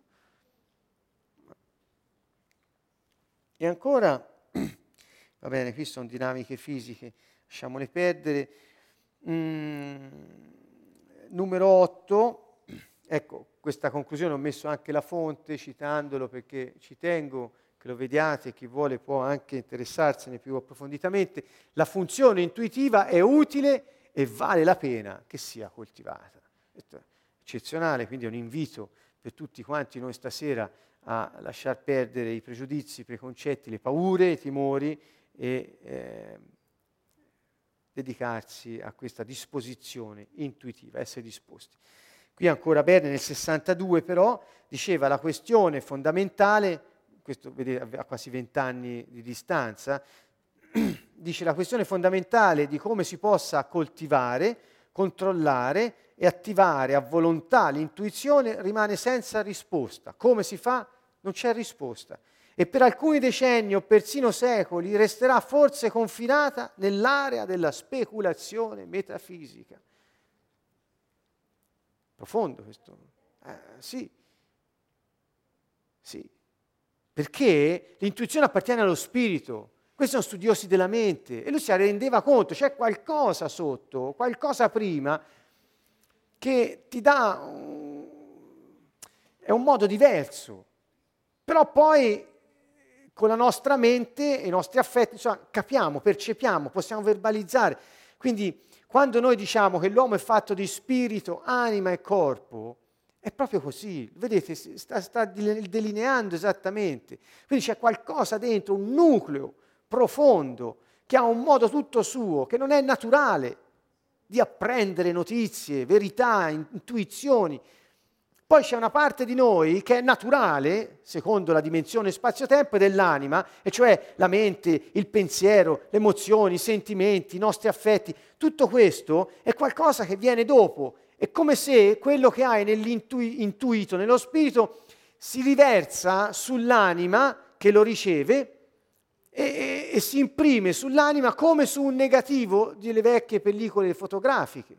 E ancora, va bene, qui sono dinamiche fisiche, lasciamole perdere. Mm, numero otto, ecco, questa conclusione ho messo anche la fonte citandolo perché ci tengo che lo vediate, chi vuole può anche interessarsene più approfonditamente. La funzione intuitiva è utile e vale la pena che sia coltivata. Questo è eccezionale, quindi è un invito per tutti quanti noi stasera a lasciar perdere i pregiudizi, i preconcetti, le paure, i timori e eh, dedicarsi a questa disposizione intuitiva, essere disposti. Qui ancora Berne nel sessantadue però diceva la questione fondamentale, questo vedete a quasi vent'anni di distanza, dice la questione fondamentale di come si possa coltivare, controllare e attivare a volontà l'intuizione rimane senza risposta. Come si fa? Non c'è risposta. E per alcuni decenni o persino secoli resterà forse confinata nell'area della speculazione metafisica. Profondo questo. Eh, sì. Sì. Perché l'intuizione appartiene allo spirito. Questi sono studiosi della mente e lui si rendeva conto, c'è qualcosa sotto, qualcosa prima che ti dà un... è un modo diverso. Però poi con la nostra mente e i nostri affetti, insomma, capiamo, percepiamo, possiamo verbalizzare. Quindi quando noi diciamo che l'uomo è fatto di spirito, anima e corpo, è proprio così, vedete, sta, sta delineando esattamente. Quindi c'è qualcosa dentro, un nucleo profondo, che ha un modo tutto suo, che non è naturale di apprendere notizie, verità, intuizioni. Poi c'è una parte di noi che è naturale, secondo la dimensione spazio-tempo, dell'anima, e cioè la mente, il pensiero, le emozioni, i sentimenti, i nostri affetti. Tutto questo è qualcosa che viene dopo. È come se quello che hai nell'intuito, nello spirito, si riversa sull'anima che lo riceve e, e, e si imprime sull'anima come su un negativo delle vecchie pellicole fotografiche.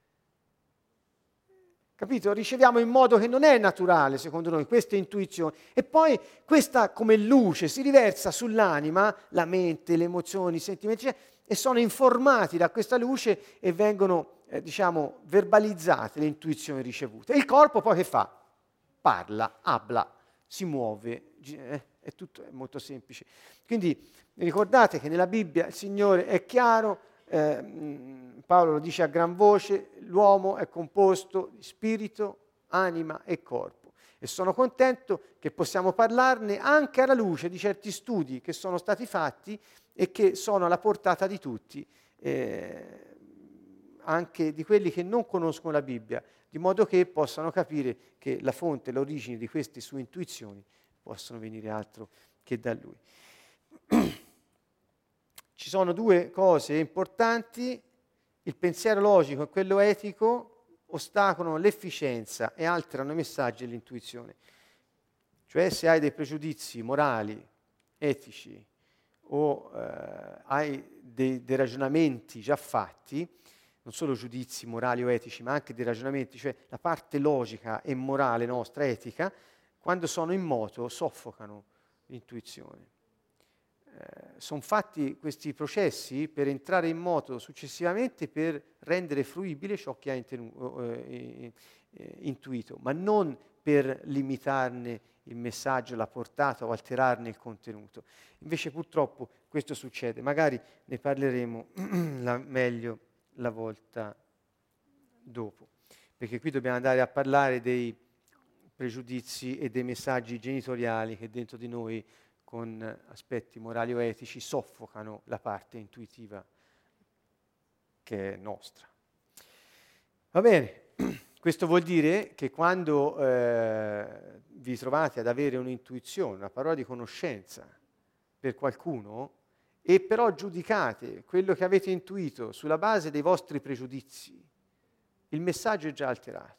Capito? Riceviamo in modo che non è naturale, secondo noi, questa intuizione. E poi questa, come luce, si riversa sull'anima, la mente, le emozioni, i sentimenti, e sono informati da questa luce e vengono, eh, diciamo, verbalizzate le intuizioni ricevute. E il corpo poi che fa? Parla, habla, si muove, eh, è tutto è molto semplice. Quindi ricordate che nella Bibbia il Signore è chiaro, eh, Paolo lo dice a gran voce, l'uomo è composto di spirito, anima e corpo. E sono contento che possiamo parlarne anche alla luce di certi studi che sono stati fatti e che sono alla portata di tutti, eh, anche di quelli che non conoscono la Bibbia, di modo che possano capire che la fonte, l'origine di queste sue intuizioni possono venire altro che da Lui. Ci sono due cose importanti, il pensiero logico e quello etico ostacolano l'efficienza e alterano i messaggi dell'intuizione. Cioè se hai dei pregiudizi morali, etici o eh, hai dei, dei ragionamenti già fatti, non solo giudizi morali o etici, ma anche dei ragionamenti, cioè la parte logica e morale nostra, etica, quando sono in moto soffocano l'intuizione. Eh, sono fatti questi processi per entrare in moto successivamente per rendere fruibile ciò che ha intenu- eh, eh, intuito, ma non per limitarne il messaggio, la portata o alterarne il contenuto. Invece purtroppo questo succede, magari ne parleremo la, meglio la volta dopo, perché qui dobbiamo andare a parlare dei pregiudizi e dei messaggi genitoriali che dentro di noi con aspetti morali o etici soffocano la parte intuitiva che è nostra. Va bene, questo vuol dire che quando eh, vi trovate ad avere un'intuizione, una parola di conoscenza per qualcuno e però giudicate quello che avete intuito sulla base dei vostri pregiudizi, il messaggio è già alterato.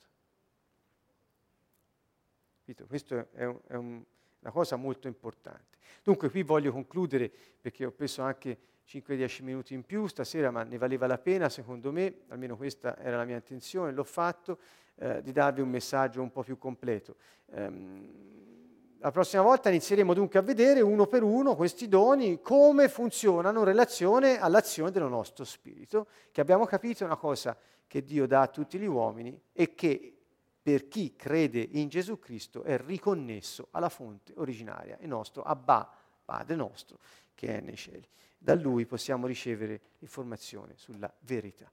Questo è, un, è un, una cosa molto importante. Dunque qui voglio concludere, perché ho preso anche cinque dieci minuti in più stasera, ma ne valeva la pena secondo me, almeno questa era la mia intenzione, l'ho fatto, eh, di darvi un messaggio un po' più completo. Ehm, la prossima volta inizieremo dunque a vedere uno per uno questi doni, come funzionano in relazione all'azione del nostro spirito, che abbiamo capito è una cosa che Dio dà a tutti gli uomini e che per chi crede in Gesù Cristo è riconnesso alla fonte originaria, il nostro Abba, Padre nostro, che è nei cieli. Da Lui possiamo ricevere informazione sulla verità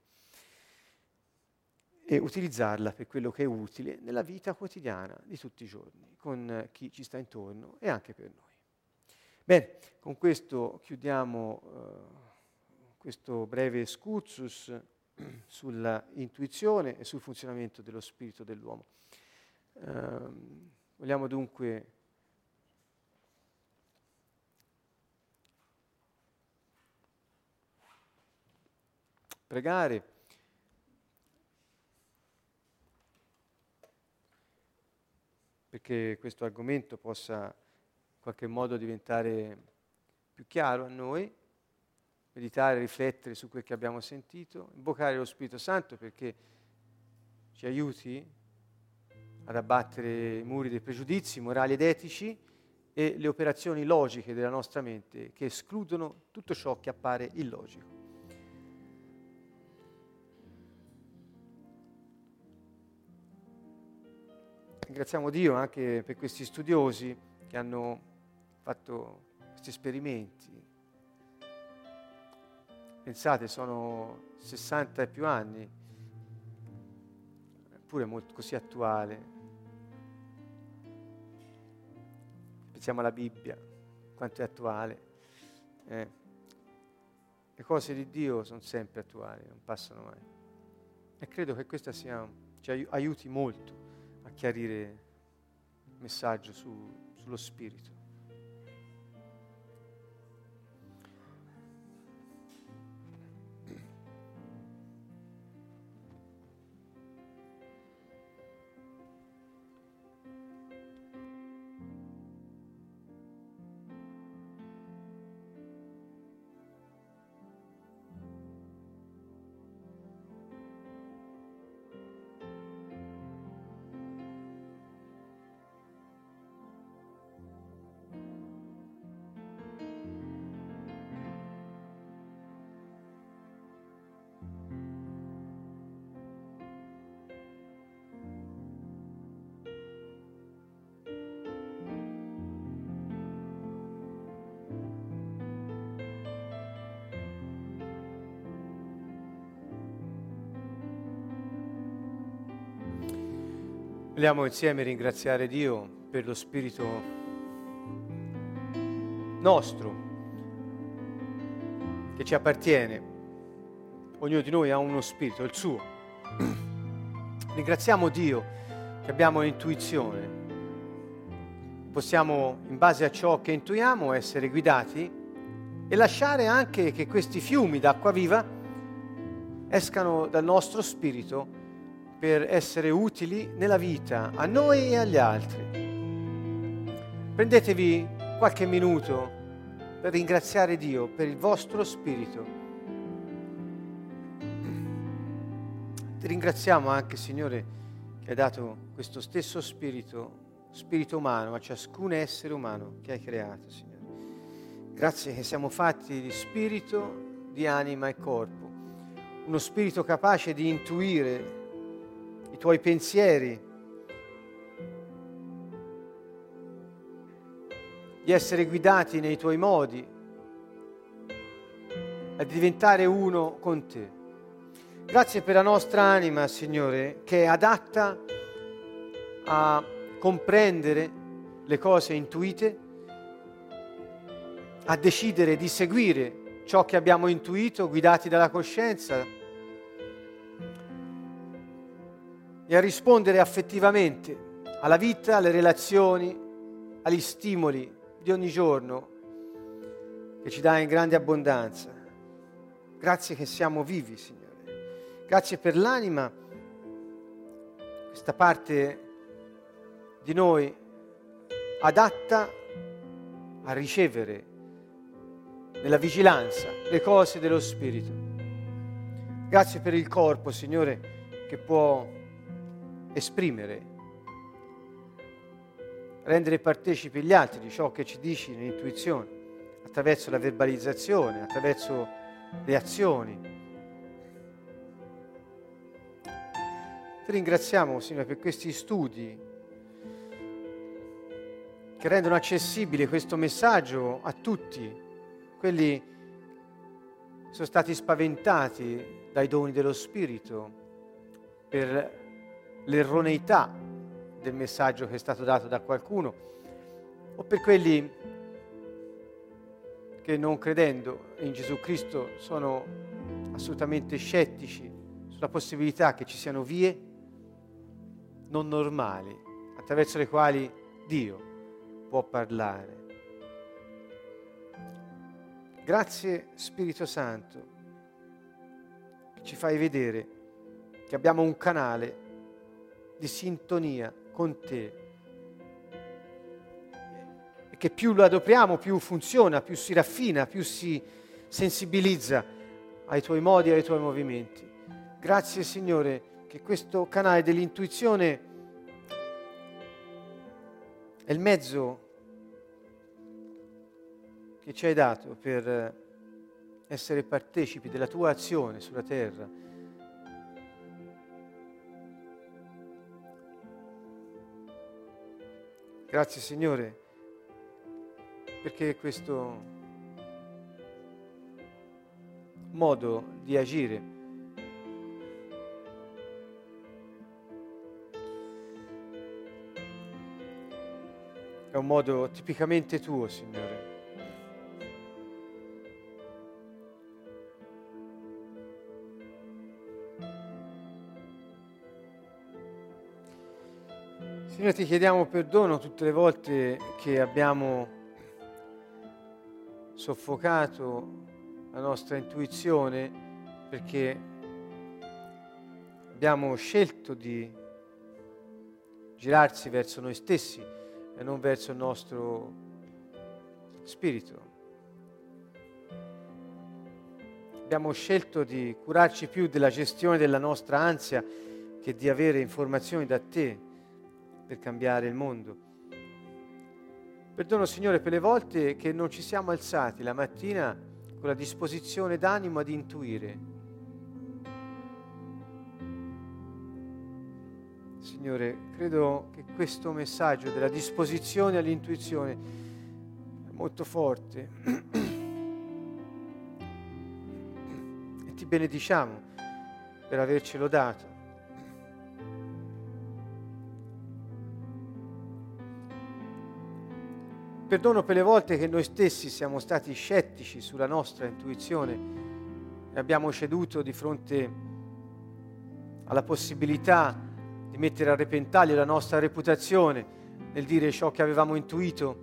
e utilizzarla per quello che è utile nella vita quotidiana di tutti i giorni, con chi ci sta intorno e anche per noi. Bene, con questo chiudiamo uh, questo breve excursus sulla intuizione e sul funzionamento dello spirito dell'uomo. Um, vogliamo dunque pregare perché questo argomento possa in qualche modo diventare più chiaro a noi, meditare, riflettere su quel che abbiamo sentito, invocare lo Spirito Santo perché ci aiuti ad abbattere i muri dei pregiudizi morali ed etici e le operazioni logiche della nostra mente che escludono tutto ciò che appare illogico. Ringraziamo Dio anche per questi studiosi che hanno fatto questi esperimenti. Pensate, sono sessanta e più anni, eppure molto così attuale. Pensiamo alla Bibbia, quanto è attuale. Eh. Le cose di Dio sono sempre attuali, non passano mai. E credo che questa sia, ci aiuti molto a chiarire il messaggio su, sullo spirito. Vogliamo insieme ringraziare Dio per lo spirito nostro che ci appartiene. Ognuno di noi ha uno spirito, il suo. Ringraziamo Dio che abbiamo l'intuizione. Possiamo, in base a ciò che intuiamo, essere guidati e lasciare anche che questi fiumi d'acqua viva escano dal nostro spirito per essere utili nella vita a noi e agli altri. Prendetevi qualche minuto per ringraziare Dio per il vostro spirito. Ti ringraziamo anche, Signore, che hai dato questo stesso spirito, spirito umano, a ciascun essere umano che hai creato, Signore. Grazie che siamo fatti di spirito, di anima e corpo. Uno spirito capace di intuire i tuoi pensieri, di essere guidati nei tuoi modi, a diventare uno con te. Grazie per la nostra anima, Signore, che è adatta a comprendere le cose intuite, a decidere di seguire ciò che abbiamo intuito, guidati dalla coscienza, e a rispondere affettivamente alla vita, alle relazioni, agli stimoli di ogni giorno che ci dà in grande abbondanza. Grazie che siamo vivi, Signore. Grazie per l'anima, questa parte di noi adatta a ricevere nella vigilanza le cose dello Spirito. Grazie per il corpo, Signore, che può esprimere, rendere partecipi gli altri di ciò che ci dici nell'intuizione, attraverso la verbalizzazione, attraverso le azioni. Ti ringraziamo, Signore, per questi studi che rendono accessibile questo messaggio a tutti, quelli che sono stati spaventati dai doni dello Spirito per l'erroneità del messaggio che è stato dato da qualcuno, o per quelli che non credendo in Gesù Cristo sono assolutamente scettici sulla possibilità che ci siano vie non normali attraverso le quali Dio può parlare. Grazie Spirito Santo, che ci fai vedere che abbiamo un canale di sintonia con te e che più lo adopriamo, più funziona, più si raffina, più si sensibilizza ai tuoi modi e ai tuoi movimenti. Grazie Signore che questo canale dell'intuizione è il mezzo che ci hai dato per essere partecipi della tua azione sulla terra. Grazie Signore, perché questo modo di agire è un modo tipicamente tuo, Signore. Signore, ti chiediamo perdono tutte le volte che abbiamo soffocato la nostra intuizione perché abbiamo scelto di girarsi verso noi stessi e non verso il nostro spirito. Abbiamo scelto di curarci più della gestione della nostra ansia che di avere informazioni da te per cambiare il mondo. Perdono, Signore, per le volte che non ci siamo alzati la mattina con la disposizione d'animo ad intuire. Signore, credo che questo messaggio della disposizione all'intuizione è molto forte e ti benediciamo per avercelo dato. Perdono per le volte che noi stessi siamo stati scettici sulla nostra intuizione e abbiamo ceduto di fronte alla possibilità di mettere a repentaglio la nostra reputazione nel dire ciò che avevamo intuito.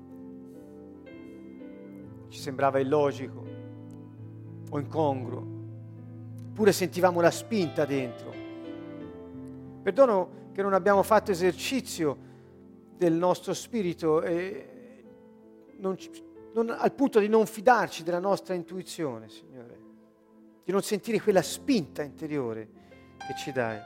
Ci sembrava illogico o incongruo, eppure sentivamo la spinta dentro. Perdono che non abbiamo fatto esercizio del nostro spirito e Non, non, al punto di non fidarci della nostra intuizione, Signore, di non sentire quella spinta interiore che ci dai.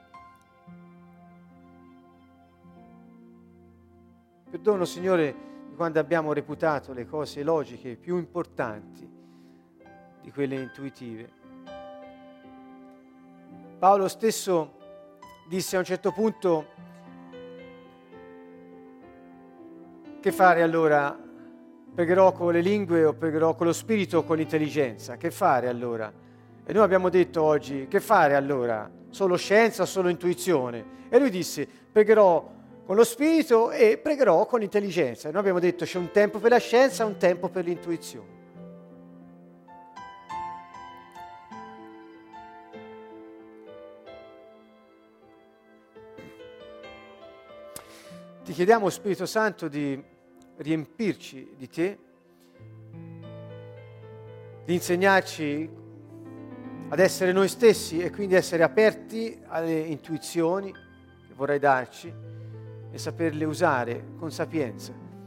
Perdono, Signore, di quando abbiamo reputato le cose logiche più importanti di quelle intuitive. Paolo stesso disse a un certo punto: Che fare allora? Pregherò con le lingue o pregherò con lo spirito o con l'intelligenza? Che fare allora? E noi abbiamo detto oggi, che fare allora? Solo scienza o solo intuizione? E lui disse, pregherò con lo spirito e pregherò con l'intelligenza. E noi abbiamo detto, c'è un tempo per la scienza e un tempo per l'intuizione. Ti chiediamo, Spirito Santo, di riempirci di te, di insegnarci ad essere noi stessi e quindi essere aperti alle intuizioni che vorrai darci e saperle usare con sapienza.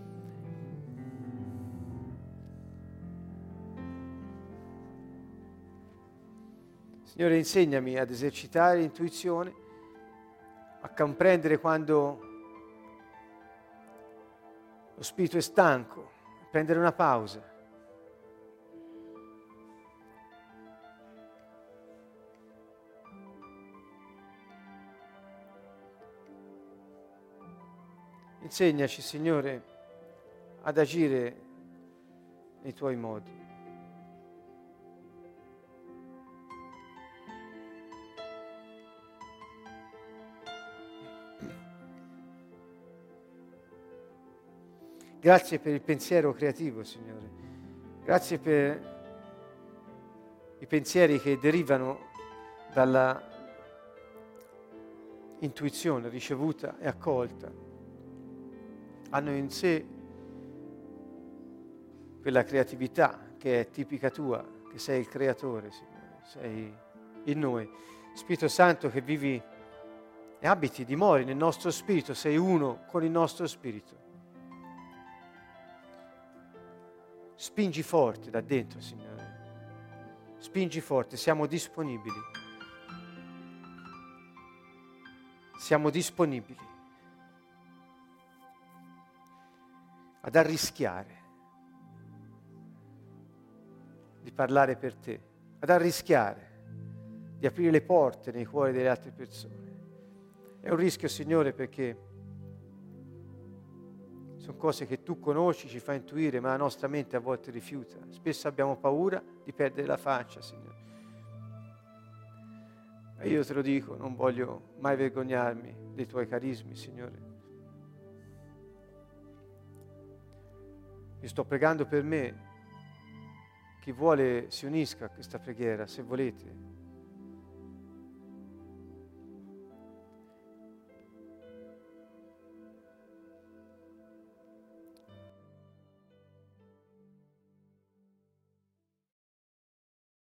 Signore, insegnami ad esercitare l'intuizione, a comprendere quando lo spirito è stanco, prendere una pausa. Insegnaci, Signore, ad agire nei Tuoi modi. Grazie per il pensiero creativo, Signore. Grazie per i pensieri che derivano dalla intuizione ricevuta e accolta. Hanno in sé quella creatività che è tipica tua, che sei il creatore, Signore. Sei in noi. Spirito Santo che vivi e abiti, dimori nel nostro spirito, sei uno con il nostro spirito. Spingi forte da dentro, Signore. Spingi forte, siamo disponibili. Siamo disponibili ad arrischiare di parlare per te, ad arrischiare di aprire le porte nei cuori delle altre persone. È un rischio, Signore, perché sono cose che tu conosci, ci fai intuire, ma la nostra mente a volte rifiuta. Spesso abbiamo paura di perdere la faccia, Signore. E io te lo dico, non voglio mai vergognarmi dei tuoi carismi, Signore. Io sto pregando per me. Chi vuole si unisca a questa preghiera, se volete.